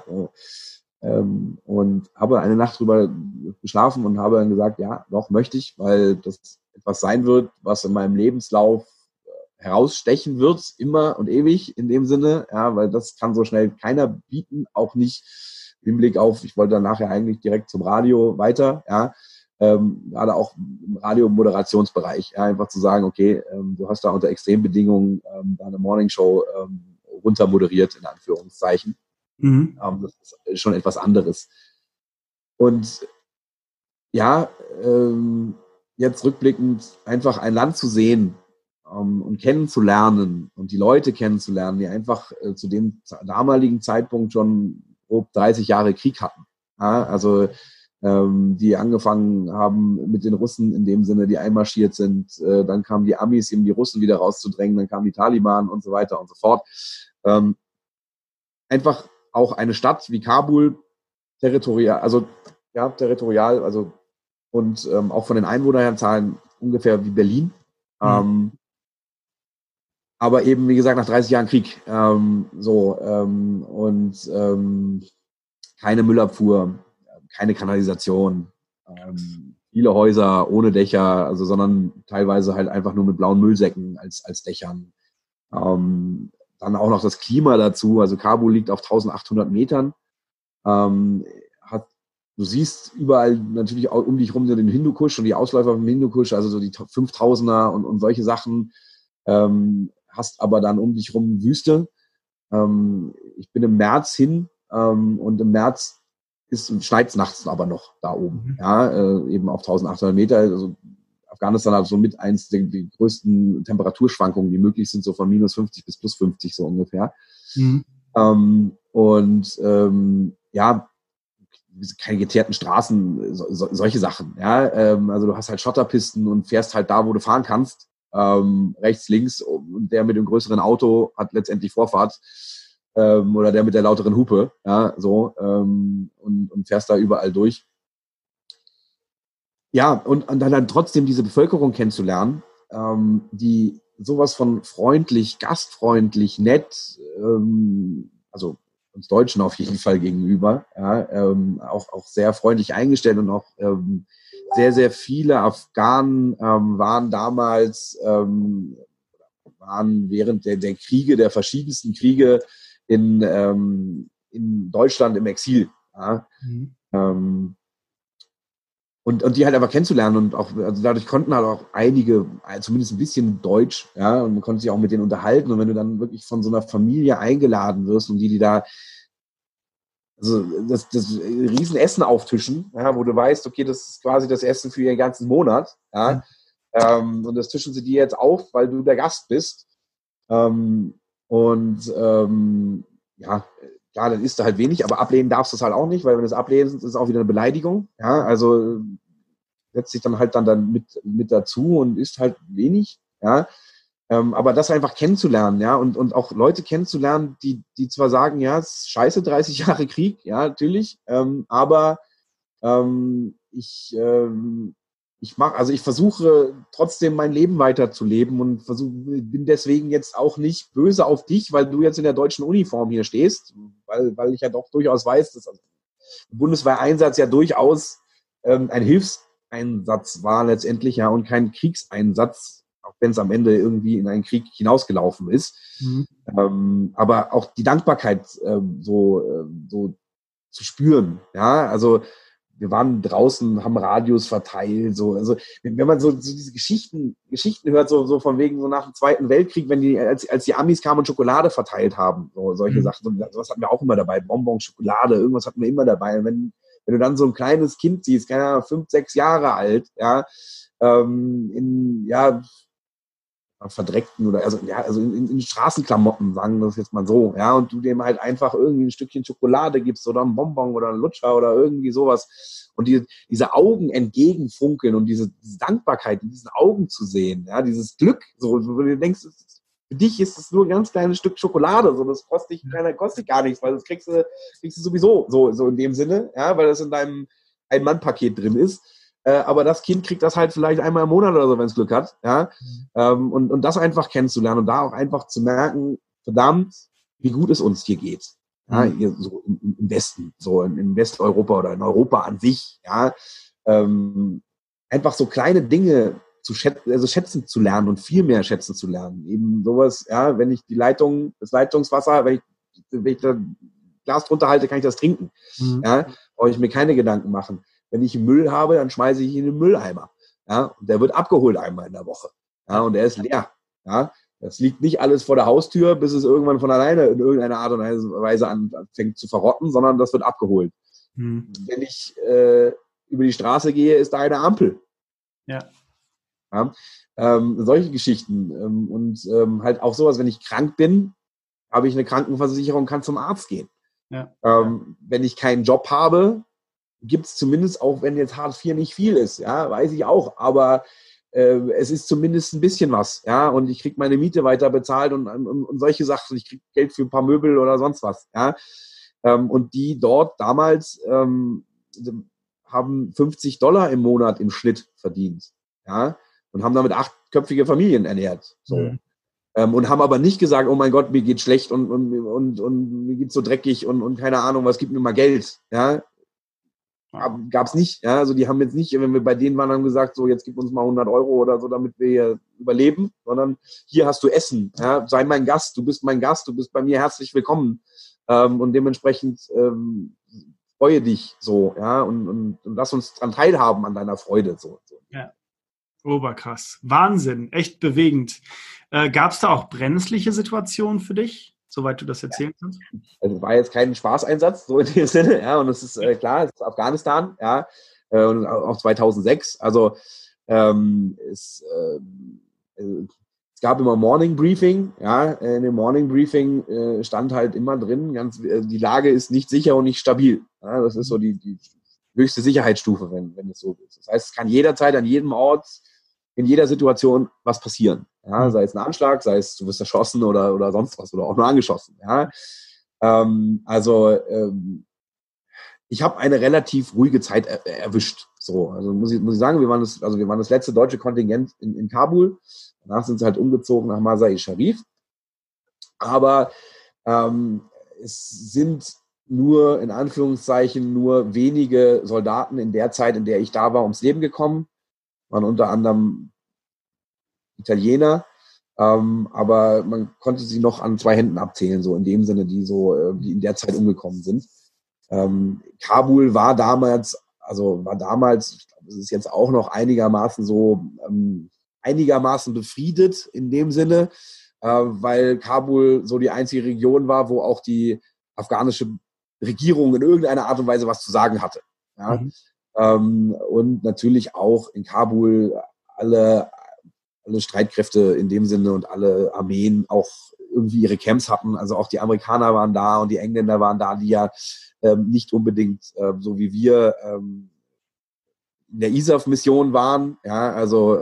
und habe eine Nacht drüber geschlafen und habe dann gesagt, ja, doch, möchte ich, weil das etwas sein wird, was in meinem Lebenslauf herausstechen wird, immer und ewig in dem Sinne, ja, weil das kann so schnell keiner bieten, auch nicht im Blick auf, ich wollte dann nachher eigentlich direkt zum Radio weiter, ja, gerade auch im Radio-Moderationsbereich, ja, einfach zu sagen, okay, du hast da unter Extrembedingungen deine Morningshow runter moderiert, in Anführungszeichen. Mhm. Das ist schon etwas anderes. Und ja, jetzt rückblickend einfach ein Land zu sehen und kennenzulernen und die Leute kennenzulernen, die einfach zu dem damaligen Zeitpunkt schon grob 30 Jahre Krieg hatten. Ja, also die angefangen haben mit den Russen in dem Sinne, die einmarschiert sind. Dann kamen die Amis, um die Russen wieder rauszudrängen. Dann kamen die Taliban und so weiter und so fort. Einfach auch eine Stadt wie Kabul territorial, also und auch von den Einwohnerzahlen ungefähr wie Berlin. Aber eben, wie gesagt, nach 30 Jahren Krieg. Keine Müllabfuhr, keine Kanalisation, viele Häuser ohne Dächer, also sondern teilweise halt einfach nur mit blauen Müllsäcken als Dächern. Dann auch noch das Klima dazu. Also Kabul liegt auf 1800 Metern. Du siehst überall natürlich auch um dich rum den Hindukusch und die Ausläufer vom Hindukusch, also so die 5000er und solche Sachen. Hast aber dann um dich rum Wüste. Ich bin im März hin und im März schneit es nachts aber noch da oben. Ja, eben auf 1800 Meter. Also Afghanistan hat so mit eins der größten Temperaturschwankungen, die möglich sind, so von -50 bis +50 so ungefähr. Keine geteerten Straßen, solche Sachen. Ja, also du hast halt Schotterpisten und fährst halt da, wo du fahren kannst, rechts, links, und der mit dem größeren Auto hat letztendlich Vorfahrt oder der mit der lauteren Hupe, ja, so und fährst da überall durch. Ja, und dann trotzdem diese Bevölkerung kennenzulernen, die sowas von freundlich, gastfreundlich, nett, also uns Deutschen auf jeden Fall gegenüber, ja, auch sehr freundlich eingestellt und auch sehr, sehr viele Afghanen waren damals, waren während der Kriege, der verschiedensten Kriege in Deutschland im Exil. Ja. Mhm. Und die halt einfach kennenzulernen und auch, also dadurch konnten halt auch einige, zumindest ein bisschen Deutsch, ja, und man konnte sich auch mit denen unterhalten. Und wenn du dann wirklich von so einer Familie eingeladen wirst und die da, also das Riesenessen auftischen, ja, wo du weißt, okay, das ist quasi das Essen für ihren ganzen Monat, ja, und das tischen sie dir jetzt auf, weil du der Gast bist. Ja, klar, dann isst du halt wenig, aber ablehnen darfst du es halt auch nicht, weil wenn du es ablehnst, ist es auch wieder eine Beleidigung. Ja, also setzt sich dann halt dann mit dazu und isst halt wenig. Ja, aber das einfach kennenzulernen, ja, und auch Leute kennenzulernen, die zwar sagen, ja, es ist scheiße, 30 Jahre Krieg, ja, natürlich, aber ich versuche trotzdem mein Leben weiterzuleben und bin deswegen jetzt auch nicht böse auf dich, weil du jetzt in der deutschen Uniform hier stehst, weil ich ja doch durchaus weiß, dass ein Bundeswehreinsatz ja durchaus ein Hilfseinsatz war letztendlich, ja, und kein Kriegseinsatz, auch wenn es am Ende irgendwie in einen Krieg hinausgelaufen ist. Mhm. Aber auch die Dankbarkeit so zu spüren, ja, also wir waren draußen, haben Radios verteilt, so, also wenn man so diese Geschichten hört, so von wegen so nach dem Zweiten Weltkrieg, wenn als die Amis kamen und Schokolade verteilt haben, so solche Sachen, sowas hatten wir auch immer dabei, Bonbon, Schokolade, irgendwas hatten wir immer dabei. Und wenn du dann so ein kleines Kind siehst, keine Ahnung, 5, 6 Jahre alt, ja, verdreckten oder also in Straßenklamotten, sagen wir das jetzt mal so, ja, und du dem halt einfach irgendwie ein Stückchen Schokolade gibst oder ein Bonbon oder ein Lutscher oder irgendwie sowas und diese Augen entgegenfunkeln und diese Dankbarkeit in diesen Augen zu sehen, ja, dieses Glück, so, wo du denkst, für dich ist es nur ein ganz kleines Stück Schokolade, so, das kostet gar nichts, weil das kriegst du sowieso so in dem Sinne, ja, weil das in deinem Ein-Mann-Paket drin ist. Aber das Kind kriegt das halt vielleicht einmal im Monat oder so, wenn es Glück hat. Ja? Und das einfach kennenzulernen und da auch einfach zu merken, verdammt, wie gut es uns hier geht. Ja? Hier so im Westen, so in Westeuropa oder in Europa an sich. Ja? Einfach so kleine Dinge schätzen zu lernen und viel mehr schätzen zu lernen. Eben sowas, ja, wenn ich das Leitungswasser, wenn ich da Glas drunter halte, kann ich das trinken. Ja? Brauche ich mir keine Gedanken machen. Wenn ich Müll habe, dann schmeiße ich ihn in den Mülleimer. Ja, und der wird abgeholt einmal in der Woche. Ja, und der ist leer. Ja, das liegt nicht alles vor der Haustür, bis es irgendwann von alleine in irgendeiner Art und Weise anfängt zu verrotten, sondern das wird abgeholt. Wenn ich über die Straße gehe, ist da eine Ampel. Ja. Solche Geschichten. Halt auch sowas, wenn ich krank bin, habe ich eine Krankenversicherung, kann zum Arzt gehen. Ja. Wenn ich keinen Job habe, gibt es zumindest, auch wenn jetzt Hartz IV nicht viel ist, ja, weiß ich auch, aber es ist zumindest ein bisschen was, ja, und ich kriege meine Miete weiter bezahlt und solche Sachen, ich kriege Geld für ein paar Möbel oder sonst was, ja, und die dort damals haben $50 im Monat im Schnitt verdient, ja, und haben damit 8-köpfige Familien ernährt, so. Und haben aber nicht gesagt, oh mein Gott, mir geht's schlecht und mir geht's so dreckig und keine Ahnung, was gibt mir mal Geld, ja. Gab es nicht. Ja? Also die haben jetzt nicht, wenn wir bei denen waren, haben gesagt, so jetzt gib uns mal 100 € oder so, damit wir hier überleben, sondern hier hast du Essen. Ja? Sei mein Gast, du bist mein Gast, du bist bei mir herzlich willkommen. Und dementsprechend freue dich so, ja, und lass uns dran teilhaben an deiner Freude. So. Ja. Oberkrass. Wahnsinn, echt bewegend. Gab es da auch brenzliche Situationen für dich? Soweit du das erzählen kannst? Also war jetzt kein Spaßeinsatz, so in dem Sinne, ja, und es ist klar, es ist Afghanistan, ja, und auch 2006, also es gab immer Morning Briefing, ja, in dem Morning Briefing stand halt immer drin, die Lage ist nicht sicher und nicht stabil, ja, das ist so die höchste Sicherheitsstufe, wenn es so ist. Das heißt, es kann jederzeit an jedem Ort in jeder Situation was passieren. Ja, sei es ein Anschlag, sei es du wirst erschossen oder sonst was oder auch nur angeschossen. Ja, ich habe eine relativ ruhige Zeit erwischt. So, also muss ich sagen, wir waren das letzte deutsche Kontingent in Kabul. Danach sind sie halt umgezogen nach Masai Sharif. Aber es sind nur, in Anführungszeichen, nur wenige Soldaten in der Zeit, in der ich da war, ums Leben gekommen. Waren unter anderem Italiener, aber man konnte sie noch an 2 Händen abzählen, so in dem Sinne, die in der Zeit umgekommen sind. Kabul war damals, ich glaube, es ist jetzt auch noch einigermaßen befriedet in dem Sinne, weil Kabul so die einzige Region war, wo auch die afghanische Regierung in irgendeiner Art und Weise was zu sagen hatte. Ja? Und natürlich auch in Kabul alle Streitkräfte in dem Sinne und alle Armeen auch irgendwie ihre Camps hatten. Also auch die Amerikaner waren da und die Engländer waren da, die ja nicht unbedingt so wie wir in der ISAF-Mission waren. Ja, also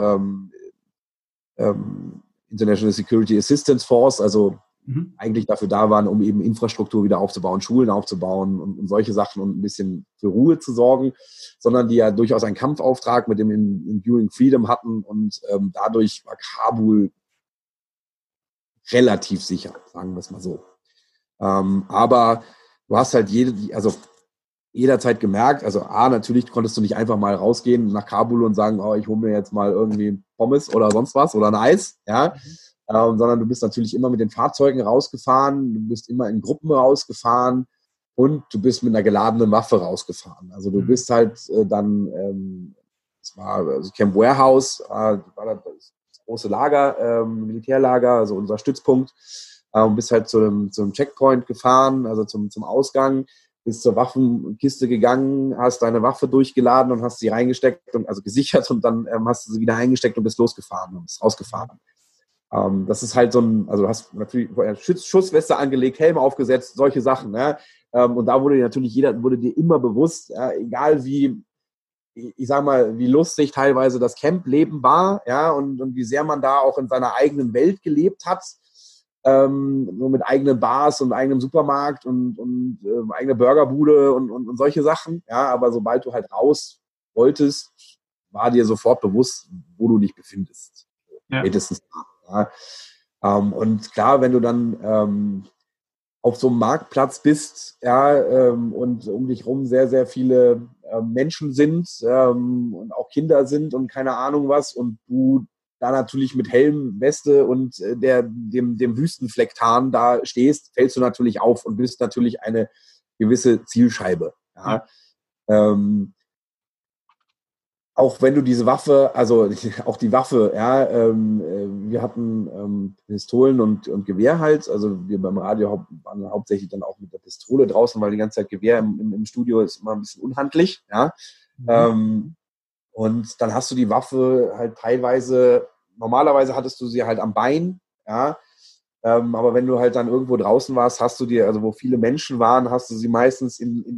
International Security Assistance Force, also eigentlich dafür da waren, um eben Infrastruktur wieder aufzubauen, Schulen aufzubauen und solche Sachen und ein bisschen für Ruhe zu sorgen, sondern die ja durchaus einen Kampfauftrag mit dem Enduring Freedom hatten und dadurch war Kabul relativ sicher, sagen wir es mal so. Aber du hast halt jederzeit gemerkt, also natürlich konntest du nicht einfach mal rausgehen nach Kabul und sagen, oh, ich hole mir jetzt mal irgendwie Pommes oder sonst was oder ein Eis, ja, sondern du bist natürlich immer mit den Fahrzeugen rausgefahren, du bist immer in Gruppen rausgefahren und du bist mit einer geladenen Waffe rausgefahren. Also du bist halt dann, es war also Camp Warehouse, war das große Lager, Militärlager, also unser Stützpunkt, bist halt zu einem Checkpoint gefahren, also zum Ausgang, bist zur Waffenkiste gegangen, hast deine Waffe durchgeladen und hast sie reingesteckt, also gesichert und dann hast du sie wieder eingesteckt und bist losgefahren und bist rausgefahren. Das ist halt also du hast natürlich Schussweste angelegt, Helm aufgesetzt, solche Sachen. Ne? Und da wurde dir immer bewusst, egal wie, ich sag mal, wie lustig teilweise das Campleben war, ja, und wie sehr man da auch in seiner eigenen Welt gelebt hat, nur mit eigenen Bars und eigenem Supermarkt und eigene Burgerbude und solche Sachen. Ja, aber sobald du halt raus wolltest, war dir sofort bewusst, wo du dich befindest. Ja. Spätestens. Ja. Und klar, wenn du dann auf so einem Marktplatz bist, ja, und um dich rum sehr, sehr viele Menschen sind und auch Kinder sind und keine Ahnung was und du da natürlich mit Helm, Weste und dem Wüstenflecktarn da stehst, fällst du natürlich auf und bist natürlich eine gewisse Zielscheibe. Ja. Auch wenn du diese Waffe, also auch die Waffe, ja, wir hatten Pistolen und Gewehr halt, also wir beim Radio waren hauptsächlich dann auch mit der Pistole draußen, weil die ganze Zeit Gewehr im Studio ist immer ein bisschen unhandlich, ja. Und dann hast du die Waffe halt teilweise, normalerweise hattest du sie halt am Bein, ja, aber wenn du halt dann irgendwo draußen warst, hast du dir, also wo viele Menschen waren, hast du sie meistens in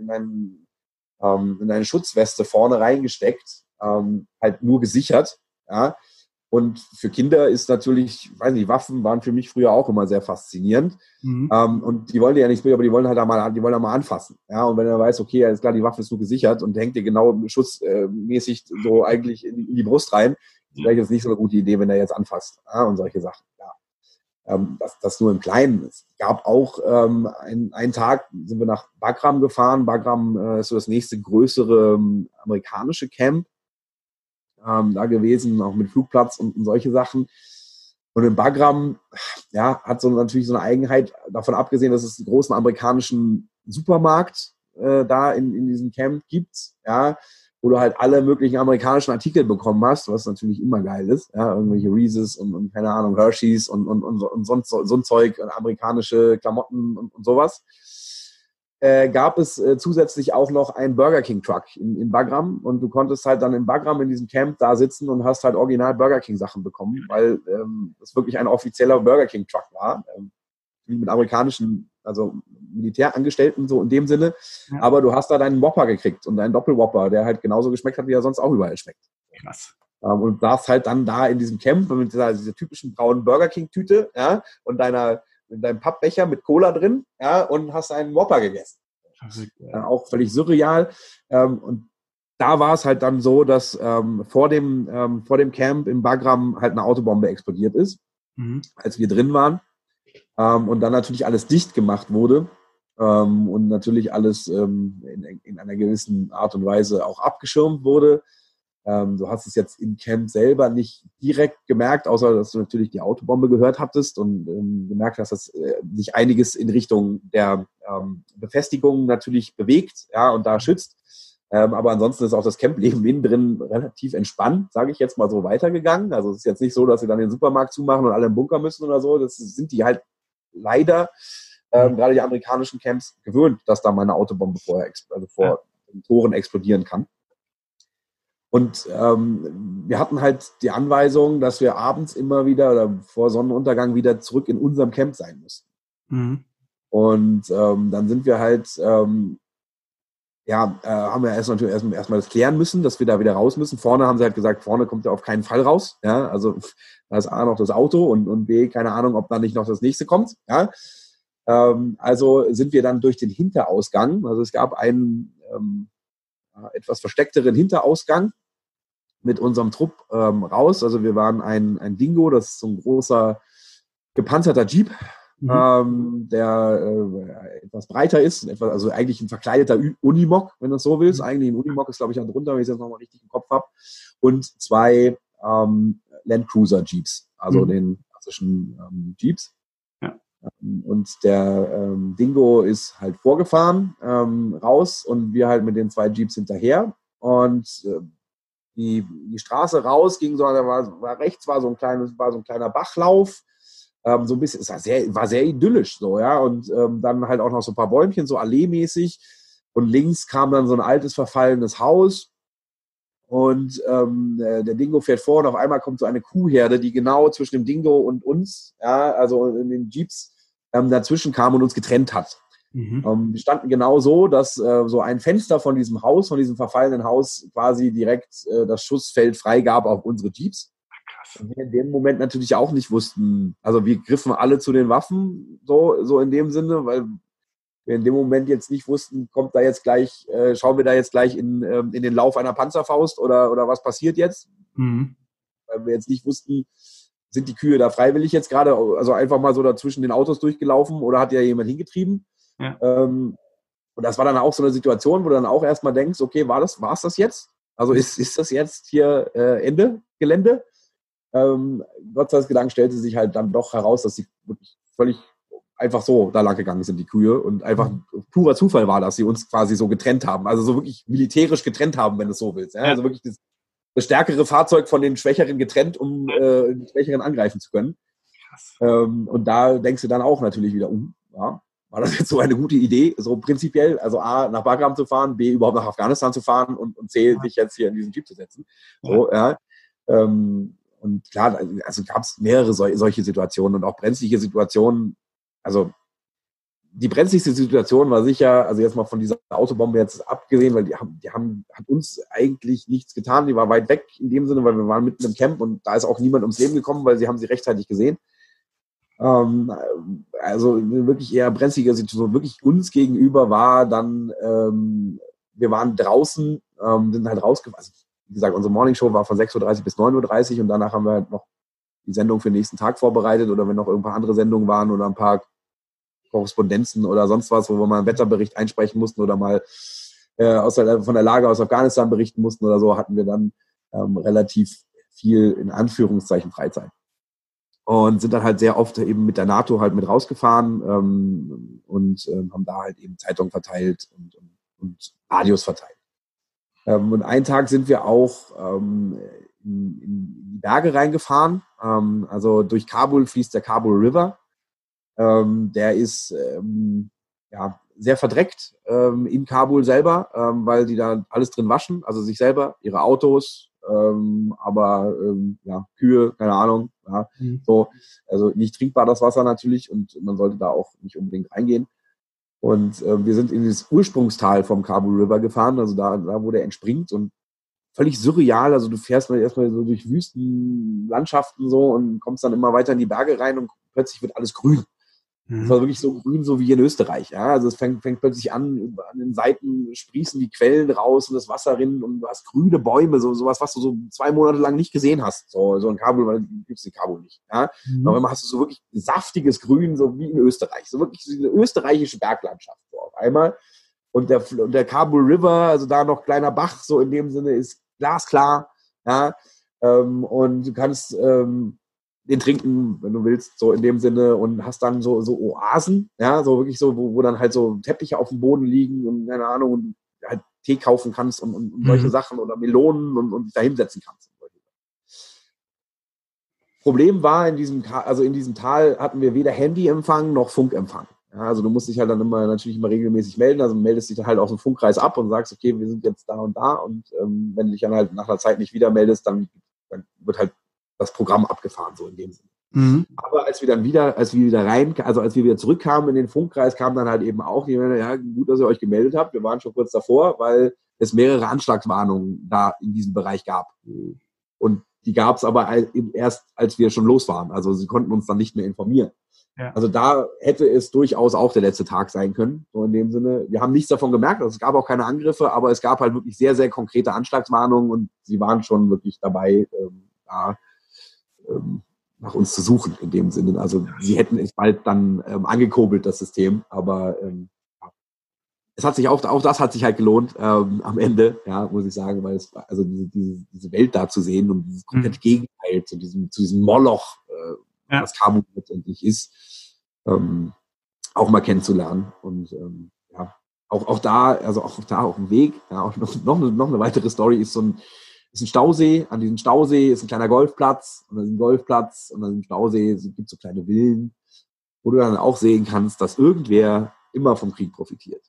deine Schutzweste vorne reingesteckt, halt nur gesichert, ja. Und für Kinder ist natürlich, weiß nicht, Waffen waren für mich früher auch immer sehr faszinierend. Und die wollen dir ja nicht mit, aber die wollen da mal anfassen. Ja, und wenn er weiß, okay, alles klar, die Waffe ist nur gesichert und hängt dir genau schutzmäßig so eigentlich in die Brust rein, ist vielleicht jetzt nicht so eine gute Idee, wenn er jetzt anfasst. Ja, und solche Sachen. Ja. Das nur im Kleinen. Es gab auch einen Tag, sind wir nach Bagram gefahren. Bagram ist so das nächste größere amerikanische Camp da gewesen, auch mit Flugplatz und solche Sachen. Und in Bagram, ja, hat natürlich so eine Eigenheit, davon abgesehen, dass es einen großen amerikanischen Supermarkt da in diesem Camp gibt, ja, wo du halt alle möglichen amerikanischen Artikel bekommen hast, was natürlich immer geil ist, ja, irgendwelche Reese's und keine Ahnung, Hershey's und sonst so ein Zeug, amerikanische Klamotten und sowas. Gab es zusätzlich auch noch einen Burger King Truck in Bagram und du konntest halt dann in Bagram in diesem Camp da sitzen und hast halt original Burger King Sachen bekommen, weil das wirklich ein offizieller Burger King Truck war, mit amerikanischen, also Militärangestellten so in dem Sinne, ja. Aber du hast da deinen Whopper gekriegt und deinen Doppelwhopper, der halt genauso geschmeckt hat, wie er sonst auch überall schmeckt. Krass. Und saßt halt dann da in diesem Camp mit dieser typischen braunen Burger King Tüte, ja, und in deinem Pappbecher mit Cola drin, ja, und hast einen Whopper gegessen. Auch völlig surreal. Und da war es halt dann so, dass vor dem Camp in Bagram halt eine Autobombe explodiert ist, als wir drin waren. und dann natürlich alles dicht gemacht wurde und natürlich alles in einer gewissen Art und Weise auch abgeschirmt wurde. Du hast es jetzt im Camp selber nicht direkt gemerkt, außer dass du natürlich die Autobombe gehört hattest und gemerkt hast, dass sich einiges in Richtung der Befestigung natürlich bewegt, ja, und da schützt. Aber ansonsten ist auch das Campleben innen drin relativ entspannt, sage ich jetzt mal so, weitergegangen. Also es ist jetzt nicht so, dass sie dann den Supermarkt zumachen und alle im Bunker müssen oder so. Das sind die halt leider, gerade die amerikanischen Camps, gewöhnt, dass da mal eine Autobombe vor den Toren explodieren kann. Und wir hatten halt die Anweisung, dass wir abends immer wieder oder vor Sonnenuntergang wieder zurück in unserem Camp sein mussten. Mhm. Und dann sind wir halt haben wir erstmal das klären müssen, dass wir da wieder raus müssen. Vorne haben sie halt gesagt, vorne kommt er auf keinen Fall raus. Ja, also da ist A noch das Auto und B, keine Ahnung, ob da nicht noch das nächste kommt. Ja, also sind wir dann durch den Hinterausgang. Also es gab einen etwas versteckteren Hinterausgang mit unserem Trupp raus. Also wir waren ein Dingo, das ist so ein großer gepanzerter Jeep. Der etwas breiter ist, also eigentlich ein verkleideter Unimog, wenn du es so willst. Eigentlich ein Unimog ist, glaube ich, drunter, wenn ich es jetzt nochmal richtig im Kopf habe. Und 2 Landcruiser Jeeps, also den klassischen Jeeps. Ja. Und der Dingo ist halt vorgefahren, raus, und wir halt mit den 2 Jeeps hinterher. Und die Straße raus ging so, war rechts war so ein kleiner Bachlauf. So ein bisschen, es war sehr idyllisch so, ja, und dann halt auch noch so ein paar Bäumchen, so alleemäßig, und links kam dann so ein altes, verfallenes Haus, und der Dingo fährt vor, und auf einmal kommt so eine Kuhherde, die genau zwischen dem Dingo und uns, ja, also in den Jeeps, dazwischen kam und uns getrennt hat. Wir standen genau so, dass so ein Fenster von diesem Haus, von diesem verfallenen Haus, quasi direkt das Schussfeld freigab auf unsere Jeeps. Und wir in dem Moment natürlich auch nicht wussten, also wir griffen alle zu den Waffen, so in dem Sinne, weil wir in dem Moment jetzt nicht wussten, kommt da jetzt gleich, schauen wir da jetzt gleich in den Lauf einer Panzerfaust oder was passiert jetzt? Weil wir jetzt nicht wussten, sind die Kühe da freiwillig jetzt gerade, also einfach mal so dazwischen den Autos durchgelaufen, oder hat ja jemand hingetrieben? Ja. Und das war dann auch so eine Situation, wo du dann auch erstmal denkst, okay, war es das jetzt? Also ist das jetzt hier Ende Gelände? Gott sei Dank stellte sich halt dann doch heraus, dass sie wirklich völlig einfach so da lang gegangen sind, die Kühe, und einfach purer Zufall war, dass sie uns quasi so getrennt haben, also so wirklich militärisch getrennt haben, wenn du es so willst. Ja? Also wirklich das stärkere Fahrzeug von den Schwächeren getrennt, um den Schwächeren angreifen zu können. Und da denkst du dann auch natürlich wieder, ja, war das jetzt so eine gute Idee, so prinzipiell, also A, nach Bagram zu fahren, B, überhaupt nach Afghanistan zu fahren und C, sich jetzt hier in diesen Jeep zu setzen. So, ja. Und klar, also gab es mehrere solche Situationen und auch brenzliche Situationen. Also die brenzligste Situation war sicher, also jetzt mal von dieser Autobombe jetzt abgesehen, weil hat uns eigentlich nichts getan. Die war weit weg in dem Sinne, weil wir waren mitten im Camp und da ist auch niemand ums Leben gekommen, weil sie haben sie rechtzeitig gesehen. Also eine wirklich eher brenzlige Situation, wirklich uns gegenüber war dann, wir waren draußen, sind halt rausgefahren. Also, wie gesagt, unsere Morningshow war von 6:30 bis 9:30 Uhr und danach haben wir halt noch die Sendung für den nächsten Tag vorbereitet, oder wenn noch ein paar andere Sendungen waren oder ein paar Korrespondenzen oder sonst was, wo wir mal einen Wetterbericht einsprechen mussten oder mal von der Lage aus Afghanistan berichten mussten oder so, hatten wir dann relativ viel in Anführungszeichen Freizeit. Und sind dann halt sehr oft eben mit der NATO halt mit rausgefahren und haben da halt eben Zeitungen verteilt und Radios verteilt. Und einen Tag sind wir auch in die Berge reingefahren. Also durch Kabul fließt der Kabul River. Der ist sehr verdreckt in Kabul selber, weil die da alles drin waschen, also sich selber, ihre Autos, aber Kühe, keine Ahnung, ja, so, also nicht trinkbar das Wasser natürlich, und man sollte da auch nicht unbedingt reingehen. Und wir sind in das Ursprungstal vom Kabul River gefahren, also da wo der entspringt, und völlig surreal, also du fährst mal erstmal so durch Wüstenlandschaften so und kommst dann immer weiter in die Berge rein und plötzlich wird alles grün. Das war wirklich so grün, so wie in Österreich. Ja? Also es fängt plötzlich an den Seiten sprießen die Quellen raus und das Wasser rinnt und du hast grüne Bäume, sowas, was du so 2 Monate lang nicht gesehen hast. So in Kabul, weil gibt es in Kabul nicht. Ja? Aber immer hast du so wirklich saftiges Grün, so wie in Österreich. So wirklich so eine österreichische Berglandschaft so auf einmal. Und der Kabul River, also da noch kleiner Bach, so in dem Sinne, ist glasklar. Ja? Und du kannst den trinken, wenn du willst, so in dem Sinne, und hast dann so Oasen, ja, so wirklich so, wo dann halt so Teppiche auf dem Boden liegen und keine Ahnung, und halt Tee kaufen kannst und solche Sachen oder Melonen und dich da hinsetzen kannst. Problem war, in diesem Tal hatten wir weder Handyempfang noch Funkempfang. Ja, also du musst dich halt dann natürlich immer regelmäßig melden, also meldest dich dann halt aus dem Funkkreis ab und sagst, okay, wir sind jetzt da und wenn du dich dann halt nach einer Zeit nicht wieder meldest, dann wird halt das Programm abgefahren, so in dem Sinne. Aber als wir wieder zurückkamen in den Funkkreis, kam dann halt eben auch die Meldung, ja, gut, dass ihr euch gemeldet habt, wir waren schon kurz davor, weil es mehrere Anschlagswarnungen da in diesem Bereich gab. Und die gab es aber erst, als wir schon los waren. Also sie konnten uns dann nicht mehr informieren. Ja. Also da hätte es durchaus auch der letzte Tag sein können, so in dem Sinne. Wir haben nichts davon gemerkt, also es gab auch keine Angriffe, aber es gab halt wirklich sehr, sehr konkrete Anschlagswarnungen und sie waren schon wirklich dabei, nach uns zu suchen in dem Sinne. Also sie hätten es bald dann angekurbelt, das System, aber es hat sich auch das hat sich halt gelohnt am Ende, ja, muss ich sagen, weil es also diese Welt da zu sehen und dieses komplette Gegenteil zu diesem Moloch, was Kabul letztendlich ist, auch mal kennenzulernen und auch da auf dem Weg, ja, auch noch eine weitere Story ist ist ein Stausee. An diesem Stausee ist ein kleiner Golfplatz. Und an diesem Golfplatz und an diesem Stausee gibt es so kleine Villen, wo du dann auch sehen kannst, dass irgendwer immer vom Krieg profitiert.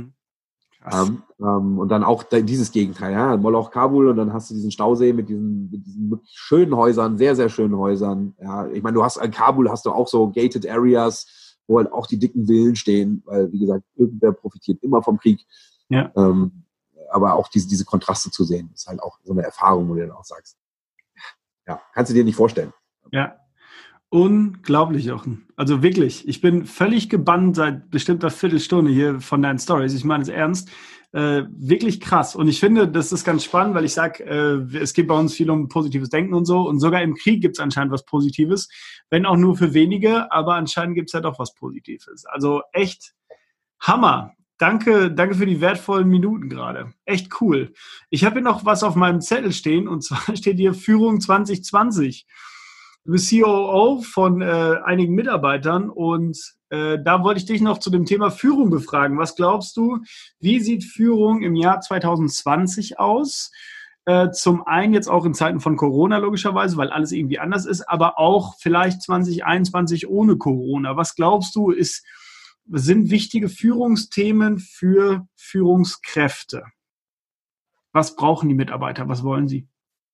Und dann auch dieses Gegenteil, ja, Moloch, Kabul, und dann hast du diesen Stausee mit diesen wirklich schönen Häusern, sehr, sehr schönen Häusern. Ja, ich meine, in Kabul hast du auch so gated areas, wo halt auch die dicken Villen stehen, weil, wie gesagt, irgendwer profitiert immer vom Krieg. Ja. Aber auch diese Kontraste zu sehen, ist halt auch so eine Erfahrung, wo du dann auch sagst, ja, kannst du dir nicht vorstellen. Ja, unglaublich, Jochen. Also wirklich, ich bin völlig gebannt seit bestimmter Viertelstunde hier von deinen Stories. Ich meine es ernst. Wirklich krass. Und ich finde, das ist ganz spannend, weil ich sage, es geht bei uns viel um positives Denken und so. Und sogar im Krieg gibt es anscheinend was Positives. Wenn auch nur für wenige, aber anscheinend gibt es ja doch was Positives. Also echt Hammer. Danke für die wertvollen Minuten gerade. Echt cool. Ich habe hier noch was auf meinem Zettel stehen, und zwar steht hier Führung 2020. Du bist COO von einigen Mitarbeitern, und da wollte ich dich noch zu dem Thema Führung befragen. Was glaubst du, wie sieht Führung im Jahr 2020 aus? Zum einen jetzt auch in Zeiten von Corona logischerweise, weil alles irgendwie anders ist, aber auch vielleicht 2021 ohne Corona. Was glaubst du, sind wichtige Führungsthemen für Führungskräfte? Was brauchen die Mitarbeiter? Was wollen sie?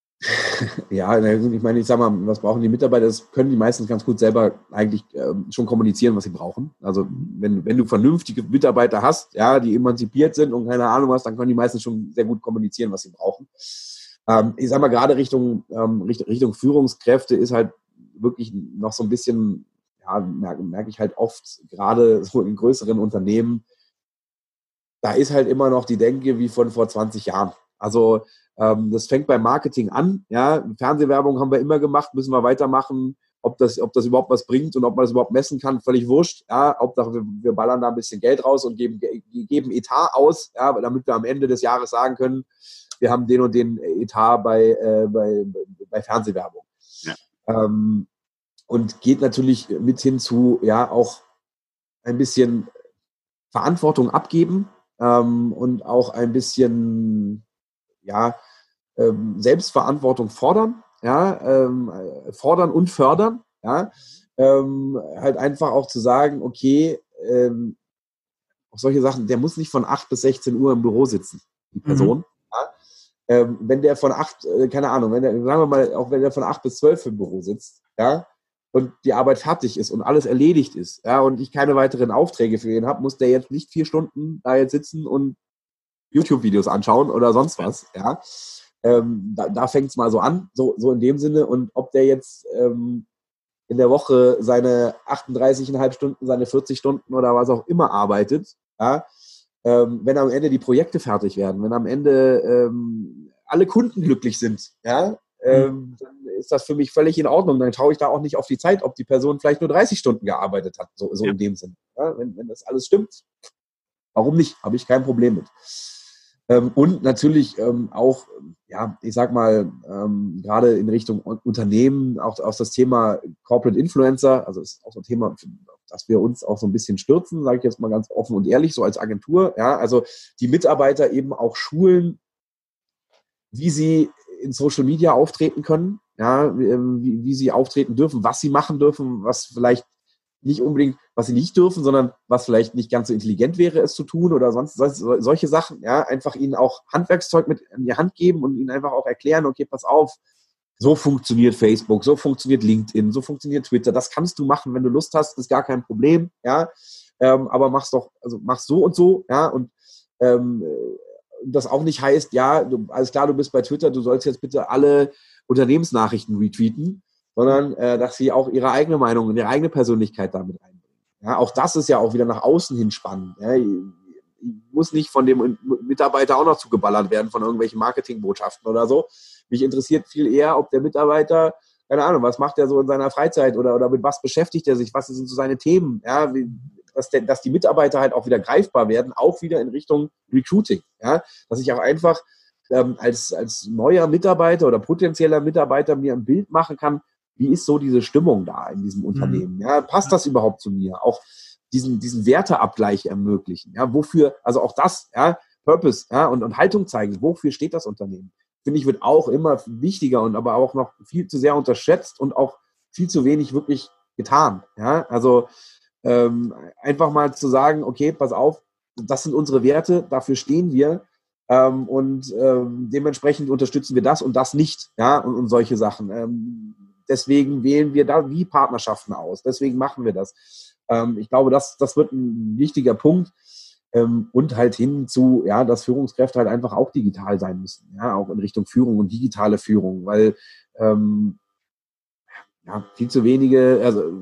Ja, ich meine, ich sag mal, was brauchen die Mitarbeiter? Das können die meistens ganz gut selber eigentlich schon kommunizieren, was sie brauchen. Also wenn du vernünftige Mitarbeiter hast, ja, die emanzipiert sind und keine Ahnung was, dann können die meistens schon sehr gut kommunizieren, was sie brauchen. Ich sag mal, gerade Richtung Führungskräfte ist halt wirklich noch so ein bisschen, ja, merke ich halt oft, gerade so in größeren Unternehmen, da ist halt immer noch die Denke wie von vor 20 Jahren. Also das fängt beim Marketing an. Ja, Fernsehwerbung haben wir immer gemacht, müssen wir weitermachen. Ob das überhaupt was bringt und ob man das überhaupt messen kann, völlig wurscht. Ja, Hauptsache wir ballern da ein bisschen Geld raus und geben Etat aus, ja, damit wir am Ende des Jahres sagen können, wir haben den und den Etat bei Fernsehwerbung. Ja. Und geht natürlich mit hin zu, ja, auch ein bisschen Verantwortung abgeben und auch ein bisschen, ja, Selbstverantwortung fordern, ja, fordern und fördern, ja, halt einfach auch zu sagen, okay, auch solche Sachen, der muss nicht von 8 bis 16 Uhr im Büro sitzen, die Person. Ja? Wenn der von 8, keine Ahnung, sagen wir mal, auch wenn der von 8 bis 12 im Büro sitzt, ja, und die Arbeit fertig ist und alles erledigt ist, ja, und ich keine weiteren Aufträge für ihn habe, muss der jetzt nicht 4 Stunden da jetzt sitzen und YouTube-Videos anschauen oder sonst was, ja. Da fängt es mal so an, so in dem Sinne. Und ob der jetzt in der Woche seine 38,5 Stunden, seine 40 Stunden oder was auch immer arbeitet, ja, wenn am Ende die Projekte fertig werden, wenn am Ende alle Kunden glücklich sind, ja, dann ist das für mich völlig in Ordnung. Dann schaue ich da auch nicht auf die Zeit, ob die Person vielleicht nur 30 Stunden gearbeitet hat, so in dem Sinne. Ja, wenn das alles stimmt, warum nicht? Habe ich kein Problem mit. Und natürlich auch, ja, ich sag mal, gerade in Richtung Unternehmen, auch das Thema Corporate Influencer, also ist auch so ein Thema, dass wir uns auch so ein bisschen stürzen, sage ich jetzt mal ganz offen und ehrlich, so als Agentur. Ja, also die Mitarbeiter eben auch schulen, wie sie in Social Media auftreten können, ja, wie sie auftreten dürfen, was sie machen dürfen, was vielleicht nicht unbedingt, was sie nicht dürfen, sondern was vielleicht nicht ganz so intelligent wäre, es zu tun oder sonst solche Sachen, ja, einfach ihnen auch Handwerkszeug mit in die Hand geben und ihnen einfach auch erklären, okay, pass auf, so funktioniert Facebook, so funktioniert LinkedIn, so funktioniert Twitter, das kannst du machen, wenn du Lust hast, ist gar kein Problem, ja, aber mach's so und so, ja, und das auch nicht heißt, ja, alles klar, du bist bei Twitter, du sollst jetzt bitte alle Unternehmensnachrichten retweeten, sondern dass sie auch ihre eigene Meinung und ihre eigene Persönlichkeit damit einbringen. Ja, auch das ist ja auch wieder nach außen hin spannend. Ja, muss nicht von dem Mitarbeiter auch noch zugeballert werden von irgendwelchen Marketingbotschaften oder so. Mich interessiert viel eher, ob der Mitarbeiter, keine Ahnung, was macht er so in seiner Freizeit oder mit was beschäftigt er sich, was sind so seine Themen, ja, dass die Mitarbeiter halt auch wieder greifbar werden, auch wieder in Richtung Recruiting, ja, dass ich auch einfach als neuer Mitarbeiter oder potenzieller Mitarbeiter mir ein Bild machen kann, wie ist so diese Stimmung da in diesem Unternehmen, ja, passt das überhaupt zu mir, auch diesen Werteabgleich ermöglichen, ja, wofür, also auch das, ja, Purpose, ja, und Haltung zeigen, wofür steht das Unternehmen, finde ich, wird auch immer wichtiger und aber auch noch viel zu sehr unterschätzt und auch viel zu wenig wirklich getan, ja, also einfach mal zu sagen, okay, pass auf, das sind unsere Werte, dafür stehen wir und dementsprechend unterstützen wir das und das nicht, ja, und solche Sachen. Deswegen wählen wir da wie Partnerschaften aus, deswegen machen wir das. Ich glaube, das wird ein wichtiger Punkt und halt hin zu, ja, dass Führungskräfte halt einfach auch digital sein müssen, ja, auch in Richtung Führung und digitale Führung, weil ja, viel zu wenige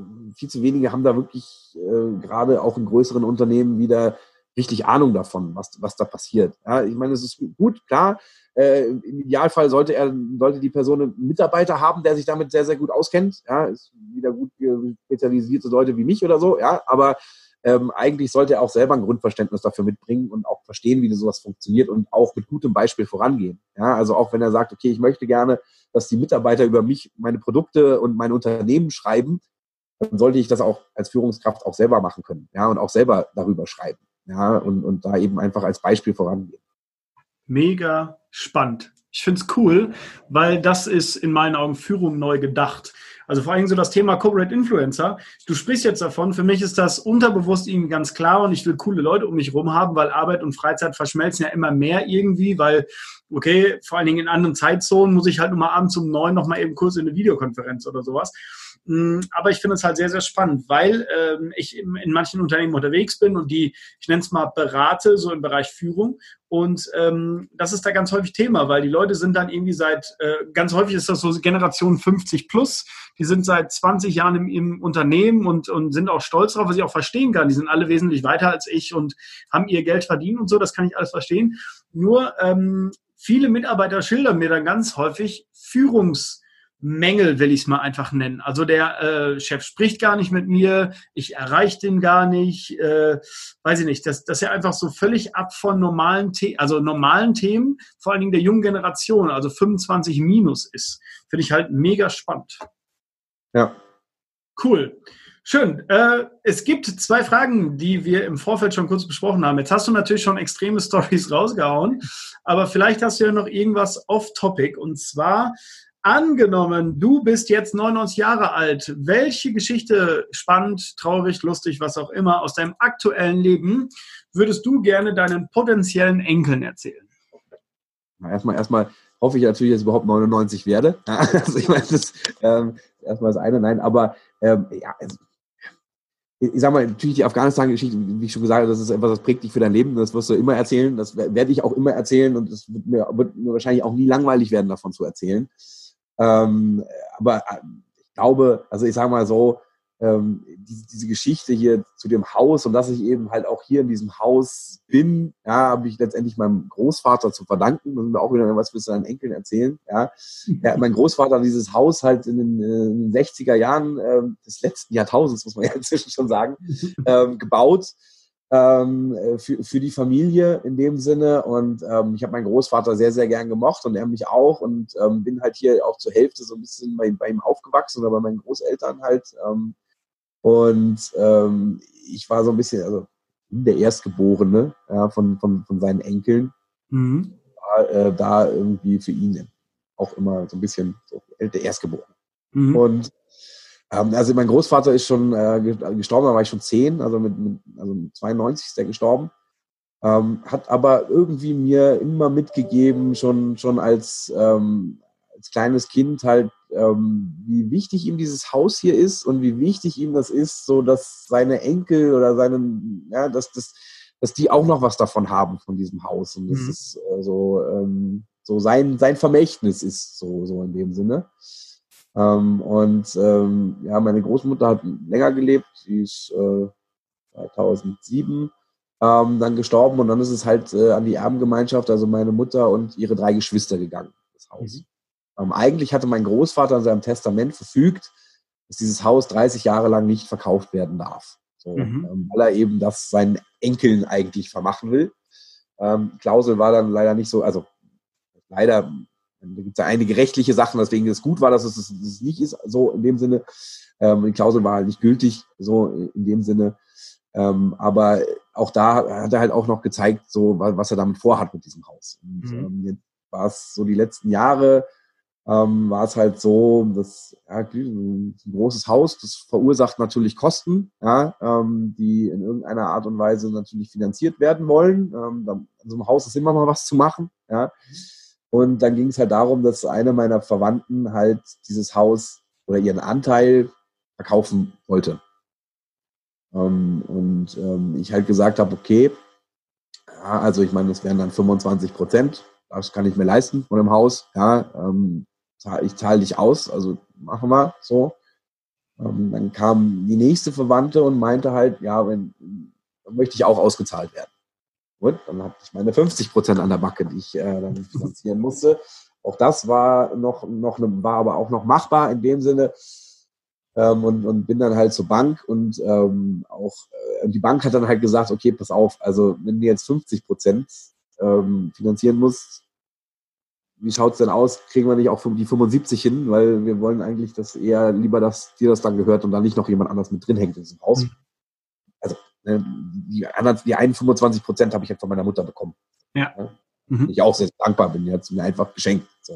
haben da wirklich gerade auch in größeren Unternehmen wieder richtig Ahnung davon, was da passiert. Ja, ich meine, es ist gut, klar. Im Idealfall sollte die Person einen Mitarbeiter haben, der sich damit sehr, sehr gut auskennt. Ja, ist wieder gut für spezialisierte Leute wie mich oder so. Ja, aber eigentlich sollte er auch selber ein Grundverständnis dafür mitbringen und auch verstehen, wie sowas funktioniert und auch mit gutem Beispiel vorangehen. Ja, also auch wenn er sagt, okay, ich möchte gerne, dass die Mitarbeiter über mich, meine Produkte und mein Unternehmen schreiben, dann sollte ich das auch als Führungskraft auch selber machen können, ja, und auch selber darüber schreiben, ja, und da eben einfach als Beispiel vorangehen. Mega spannend. Ich finde es cool, weil das ist in meinen Augen Führung neu gedacht. Also vor allem so das Thema Corporate Influencer. Du sprichst jetzt davon, für mich ist das unterbewusst irgendwie ganz klar und ich will coole Leute um mich herum haben, weil Arbeit und Freizeit verschmelzen ja immer mehr irgendwie, weil, okay, vor allen Dingen in anderen Zeitzonen muss ich halt nur mal abends um 9 noch mal eben kurz in eine Videokonferenz oder sowas. Aber ich finde es halt sehr, sehr spannend, weil ich in manchen Unternehmen unterwegs bin und die, ich nenne es mal, berate, so im Bereich Führung. Und das ist da ganz häufig Thema, weil die Leute sind dann irgendwie ganz häufig ist das so Generation 50 plus, die sind seit 20 Jahren im Unternehmen und sind auch stolz drauf, was ich auch verstehen kann. Die sind alle wesentlich weiter als ich und haben ihr Geld verdient und so, das kann ich alles verstehen. Nur viele Mitarbeiter schildern mir dann ganz häufig Führungsmängel, will ich es mal einfach nennen. Also der Chef spricht gar nicht mit mir, ich erreiche den gar nicht, weiß ich nicht, dass er einfach so völlig ab von normalen Themen, vor allen Dingen der jungen Generation, also 25 minus ist. Finde ich halt mega spannend. Ja. Cool. Schön. Es gibt 2 Fragen, die wir im Vorfeld schon kurz besprochen haben. Jetzt hast du natürlich schon extreme Storys rausgehauen, aber vielleicht hast du ja noch irgendwas off-topic. Und zwar, angenommen, du bist jetzt 99 Jahre alt. Welche Geschichte, spannend, traurig, lustig, was auch immer, aus deinem aktuellen Leben würdest du gerne deinen potenziellen Enkeln erzählen? Erstmal hoffe ich natürlich, dass ich überhaupt 99 werde. Also ich meine, das erstmal das eine, nein, aber ja, also, ich sag mal, natürlich die Afghanistan-Geschichte, wie ich schon gesagt habe, das ist etwas, das prägt dich für dein Leben, das wirst du immer erzählen, das werde ich auch immer erzählen und es wird mir wahrscheinlich auch nie langweilig werden, davon zu erzählen. Aber glaube, also ich sage mal so, diese Geschichte hier zu dem Haus und dass ich eben halt auch hier in diesem Haus bin, ja, habe ich letztendlich meinem Großvater zu verdanken. Da sind wir auch wieder, was willst du deinen Enkeln erzählen? Ja, mein Großvater hat dieses Haus halt in den 60er Jahren des letzten Jahrtausends, muss man ja inzwischen schon sagen, gebaut. Für die Familie in dem Sinne und ich habe meinen Großvater sehr, sehr gern gemocht und er mich auch und bin halt hier auch zur Hälfte so ein bisschen bei ihm aufgewachsen oder bei meinen Großeltern halt ich war so ein bisschen, also der Erstgeborene von seinen Enkeln, da irgendwie für ihn auch immer so ein bisschen so der Erstgeborene. Und also mein Großvater ist schon gestorben, da war ich schon 10, also also 92 ist er gestorben. Hat aber irgendwie mir immer mitgegeben, schon als kleines Kind halt, wie wichtig ihm dieses Haus hier ist und wie wichtig ihm das ist, so dass seine Enkel oder dass die auch noch was davon haben von diesem Haus. Und das ist so sein Vermächtnis ist so in dem Sinne. Meine Großmutter hat länger gelebt, sie ist 2007 dann gestorben und dann ist es halt an die Erbengemeinschaft, also meine Mutter und ihre 3 Geschwister gegangen, das Haus. Eigentlich hatte mein Großvater in seinem Testament verfügt, dass dieses Haus 30 Jahre lang nicht verkauft werden darf. So, weil er eben das seinen Enkeln eigentlich vermachen will. Klausel war dann leider nicht so, also leider, da gibt es ja einige rechtliche Sachen, deswegen es gut war, dass es nicht ist, so in dem Sinne. Die Klausel war halt nicht gültig, so in dem Sinne. Aber auch da hat er halt auch noch gezeigt, so was er damit vorhat mit diesem Haus. Und jetzt war es so die letzten Jahre, war es halt so, dass ein großes Haus, das verursacht natürlich Kosten, die in irgendeiner Art und Weise natürlich finanziert werden wollen. In so einem Haus ist immer mal was zu machen. Ja. Und dann ging es halt darum, dass eine meiner Verwandten halt dieses Haus oder ihren Anteil verkaufen wollte. Ich halt gesagt habe, okay, also ich meine, das wären dann 25%, das kann ich mir leisten von dem Haus, ich zahle dich aus, also machen wir so. Dann kam die nächste Verwandte und meinte halt, dann möchte ich auch ausgezahlt werden. Und dann hatte ich meine 50% an der Backe, die ich dann finanzieren musste. Auch das war war aber auch noch machbar in dem Sinne. Und bin dann halt zur Bank und die Bank hat dann halt gesagt, okay, pass auf, also wenn du jetzt 50% finanzieren musst, wie schaut's denn aus? Kriegen wir nicht auch die 75 hin? Weil wir wollen eigentlich das eher lieber, dass dir das dann gehört und da nicht noch jemand anders mit drin hängt in diesem Haus. Also die 21% habe ich jetzt von meiner Mutter bekommen. Ja. Ich auch sehr dankbar bin, die hat es mir einfach geschenkt. So.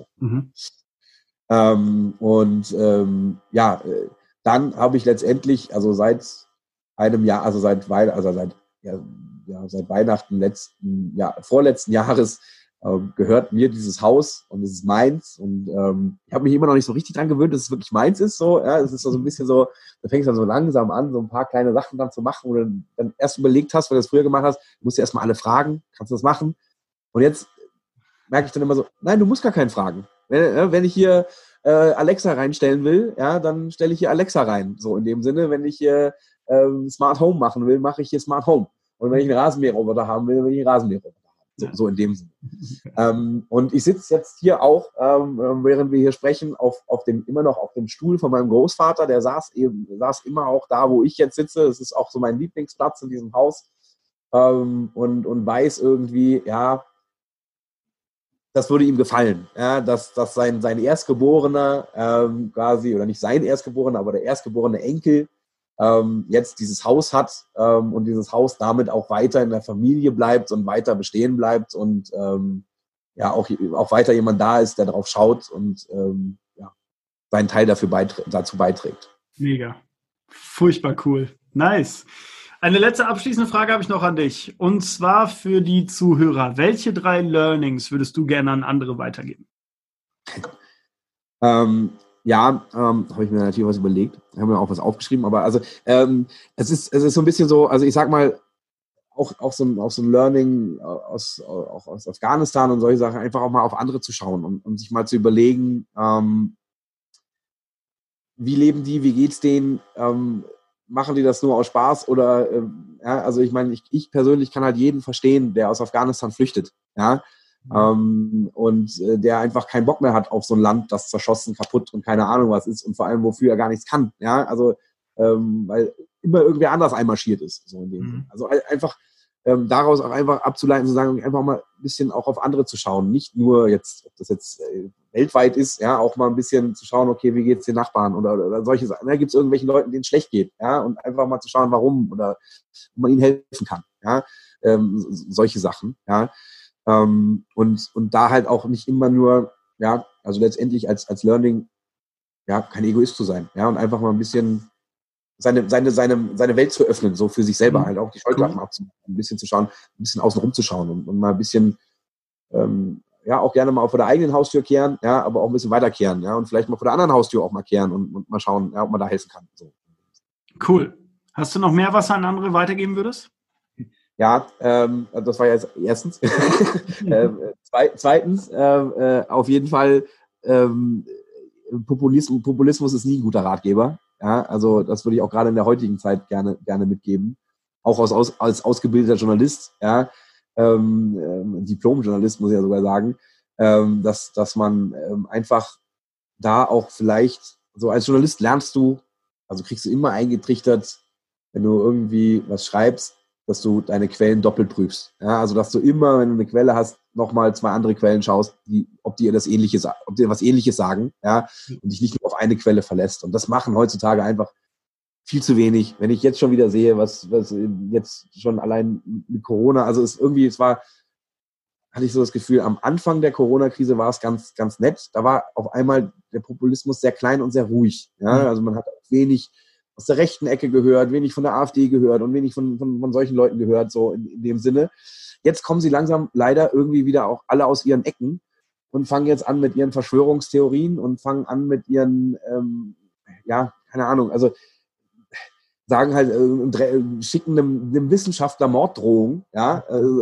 Dann habe ich letztendlich, also seit einem Jahr, also seit Weihnachten vorletzten Jahres gehört mir dieses Haus und es ist meins und ich habe mich immer noch nicht so richtig dran gewöhnt, dass es wirklich meins ist. So, ja, es ist so ein bisschen so, du fängst dann so langsam an, so ein paar kleine Sachen dann zu machen, wo du dann erst überlegt hast, weil du das früher gemacht hast, musst du erstmal alle fragen, kannst du das machen? Und jetzt merke ich dann immer so, nein, du musst gar keinen fragen. Wenn ich hier Alexa reinstellen will, dann stelle ich hier Alexa rein. So in dem Sinne, wenn ich hier Smart Home machen will, mache ich hier Smart Home. Und wenn ich einen Rasenmäherroboter haben will, will ich einen Rasenmäherroboter haben. So in dem Sinne. Und ich sitze jetzt hier auch, während wir hier sprechen, immer noch auf dem Stuhl von meinem Großvater. Der saß immer auch da, wo ich jetzt sitze. Das ist auch so mein Lieblingsplatz in diesem Haus. Und weiß irgendwie, das würde ihm gefallen, dass sein Erstgeborener quasi, oder nicht sein Erstgeborener, aber der erstgeborene Enkel jetzt dieses Haus hat und dieses Haus damit auch weiter in der Familie bleibt und weiter bestehen bleibt und auch weiter jemand da ist, der darauf schaut und seinen Teil dazu beiträgt. Mega. Furchtbar cool. Nice. Eine letzte abschließende Frage habe ich noch an dich. Und zwar für die Zuhörer. Welche 3 Learnings würdest du gerne an andere weitergeben? Habe ich mir natürlich was überlegt. Ich habe mir auch was aufgeschrieben. Aber also es ist so ein bisschen so, also ich sag mal, auch so ein Learning aus Afghanistan und solche Sachen, einfach auch mal auf andere zu schauen und sich mal zu überlegen, wie leben die, wie geht's denen, machen die das nur aus Spaß oder, ja, also ich meine, ich persönlich kann halt jeden verstehen, der aus Afghanistan flüchtet, ja, und der einfach keinen Bock mehr hat auf so ein Land, das zerschossen, kaputt und keine Ahnung was ist und vor allem, wofür er gar nichts kann, ja, also, weil immer irgendwer anders einmarschiert ist, so in dem Sinne. Also einfach daraus auch einfach abzuleiten, zu sagen, einfach mal ein bisschen auch auf andere zu schauen, nicht nur jetzt, ob das jetzt weltweit ist, ja, auch mal ein bisschen zu schauen, okay, wie geht's den Nachbarn oder solche Sachen. Da gibt es irgendwelchen Leuten, denen es schlecht geht, ja, und einfach mal zu schauen, warum oder ob man ihnen helfen kann, ja, solche Sachen, ja, und da halt auch nicht immer nur, ja, also letztendlich als Learning, ja, kein Egoist zu sein, ja, und einfach mal ein bisschen seine Welt zu öffnen, so für sich selber halt auch die Scheuklappen abzumachen, ein bisschen zu schauen, ein bisschen außen rum zu schauen und mal ein bisschen, ja, auch gerne mal vor der eigenen Haustür kehren, ja, aber auch ein bisschen weiter kehren, ja, und vielleicht mal vor der anderen Haustür auch mal kehren und mal schauen, ja, ob man da helfen kann. So. Cool. Hast du noch mehr, was du an andere weitergeben würdest? Ja, das war jetzt erstens. Zweitens, auf jeden Fall, Populismus ist nie ein guter Ratgeber. Ja, also das würde ich auch gerade in der heutigen Zeit gerne mitgeben. Auch als ausgebildeter Journalist, ja, Diplom-Journalist muss ich ja sogar sagen, dass man einfach da auch vielleicht, so als Journalist lernst du, also kriegst du immer eingetrichtert, wenn du irgendwie was schreibst, dass du deine Quellen doppelt prüfst. Ja, also dass du immer, wenn du eine Quelle hast, nochmal 2 andere Quellen schaust, ob die was Ähnliches sagen, ja, und dich nicht nur auf eine Quelle verlässt. Und das machen heutzutage einfach viel zu wenig. Wenn ich jetzt schon wieder sehe, was jetzt schon allein mit Corona, also hatte ich so das Gefühl, am Anfang der Corona-Krise war es ganz, ganz nett. Da war auf einmal der Populismus sehr klein und sehr ruhig. Ja, also man hat auch wenig aus der rechten Ecke gehört, wenig von der AfD gehört und wenig von solchen Leuten gehört, so in dem Sinne. Jetzt kommen sie langsam leider irgendwie wieder auch alle aus ihren Ecken und fangen jetzt an mit ihren Verschwörungstheorien und fangen an mit ihren, ja, keine Ahnung, also sagen halt, schicken einem Wissenschaftler Morddrohungen, ja,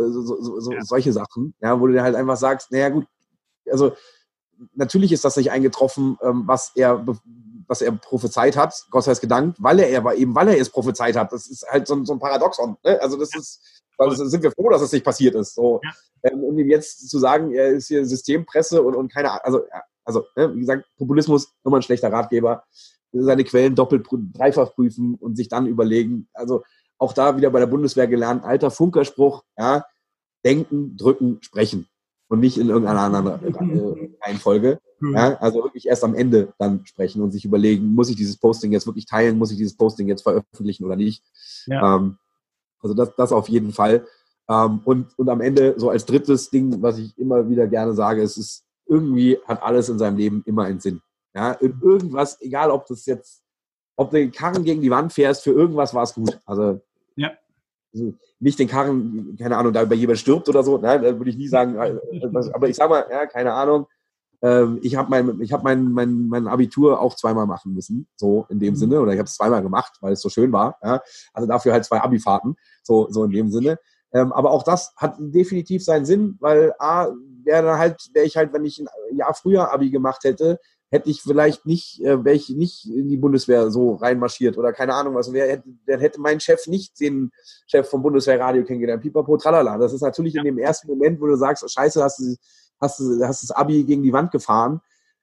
solche Sachen, ja, wo du dir halt einfach sagst, naja gut, also natürlich ist das nicht eingetroffen, was er prophezeit hat, Gott sei Dank gedankt, weil er es prophezeit hat. Das ist halt so ein Paradoxon. Ne? Also das ist, also sind wir froh, dass es nicht passiert ist. So. Um ihm jetzt zu sagen, er ist hier Systempresse und keine Ahnung, also wie gesagt, Populismus, nochmal ein schlechter Ratgeber, seine Quellen dreifach prüfen und sich dann überlegen, also auch da wieder bei der Bundeswehr gelernt, alter Funkerspruch, ja, denken, drücken, sprechen und nicht in irgendeiner anderen Reihenfolge. Ja, also wirklich erst am Ende dann sprechen und sich überlegen, muss ich dieses Posting jetzt wirklich teilen, muss ich dieses Posting jetzt veröffentlichen oder nicht. Ja. Also das auf jeden Fall. Und am Ende so als drittes Ding, was ich immer wieder gerne sage, es ist irgendwie hat alles in seinem Leben immer einen Sinn. Ja, irgendwas, egal ob du den Karren gegen die Wand fährst, für irgendwas war es gut. Also, ja. Also nicht den Karren, keine Ahnung, da über jemand stirbt oder so, ne, da würde ich nie sagen, aber ich sag mal, ja, keine Ahnung, ich habe mein Abitur auch 2-mal machen müssen, so in dem Sinne, oder ich habe es 2-mal gemacht, weil es so schön war, ja, also dafür halt 2 Abifahrten, so in dem Sinne, aber auch das hat definitiv seinen Sinn, weil wäre ich halt, wenn ich ein Jahr früher Abi gemacht hätte, hätte ich vielleicht nicht, wäre ich nicht in die Bundeswehr so reinmarschiert oder keine Ahnung was. Dann hätte mein Chef nicht den Chef vom Bundeswehrradio kennengelernt. Pipapo, tralala. Das ist natürlich in dem ersten Moment, wo du sagst, oh, scheiße, hast du das Abi gegen die Wand gefahren,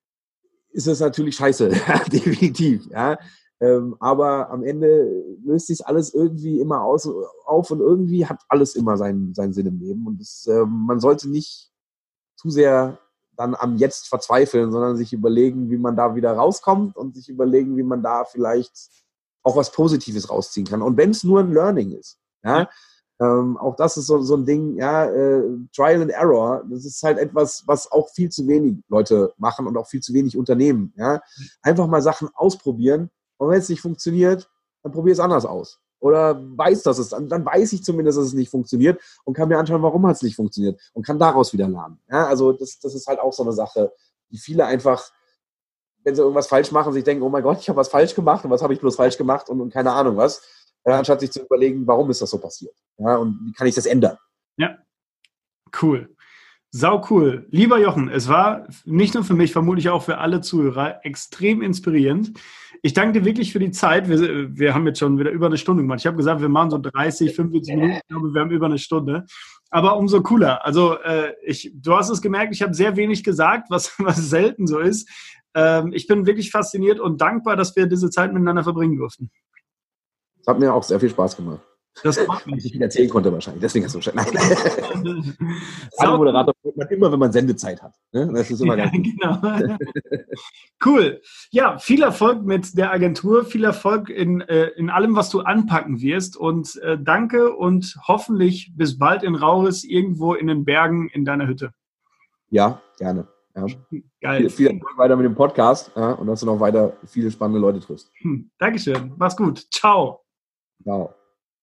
ist es natürlich scheiße. Definitiv. Ja. Aber am Ende löst sich alles irgendwie immer auf und irgendwie hat alles immer seinen Sinn im Leben. Und man sollte nicht zu sehr dann am Jetzt verzweifeln, sondern sich überlegen, wie man da wieder rauskommt und sich überlegen, wie man da vielleicht auch was Positives rausziehen kann. Und wenn es nur ein Learning ist, ja, auch das ist so ein Ding, ja, Trial and Error, das ist halt etwas, was auch viel zu wenig Leute machen und auch viel zu wenig Unternehmen, ja. Einfach mal Sachen ausprobieren und wenn es nicht funktioniert, dann probier es anders aus. Oder dann weiß ich zumindest, dass es nicht funktioniert und kann mir anschauen, warum hat es nicht funktioniert und kann daraus wieder lernen. Ja, also das ist halt auch so eine Sache, die viele einfach, wenn sie irgendwas falsch machen, sich denken, oh mein Gott, ich habe was falsch gemacht und was habe ich bloß falsch gemacht und keine Ahnung was, anstatt sich zu überlegen, warum ist das so passiert? Ja, und wie kann ich das ändern? Ja, cool. Sau cool. Lieber Jochen, es war nicht nur für mich, vermutlich auch für alle Zuhörer extrem inspirierend. Ich danke dir wirklich für die Zeit. Wir haben jetzt schon wieder über eine Stunde gemacht. Ich habe gesagt, wir machen so 30, 45 Minuten. Ich glaube, wir haben über eine Stunde. Aber umso cooler. Also du hast es gemerkt, ich habe sehr wenig gesagt, was selten so ist. Ich bin wirklich fasziniert und dankbar, dass wir diese Zeit miteinander verbringen durften. Es hat mir auch sehr viel Spaß gemacht. Das freut mich. Ich nicht erzählen konnte wahrscheinlich, deswegen hast du wahrscheinlich. Nein. Radiomoderator wird man immer, wenn man Sendezeit hat. Ne? Das ist immer ganz gut. Genau. Cool. Ja, viel Erfolg mit der Agentur, viel Erfolg in allem, was du anpacken wirst und danke und hoffentlich bis bald in Rauris, irgendwo in den Bergen in deiner Hütte. Ja, gerne. Ja. Geil. Viel Erfolg weiter mit dem Podcast, ja, und dass du noch weiter viele spannende Leute triffst. Dankeschön. Mach's gut. Ciao. Ciao.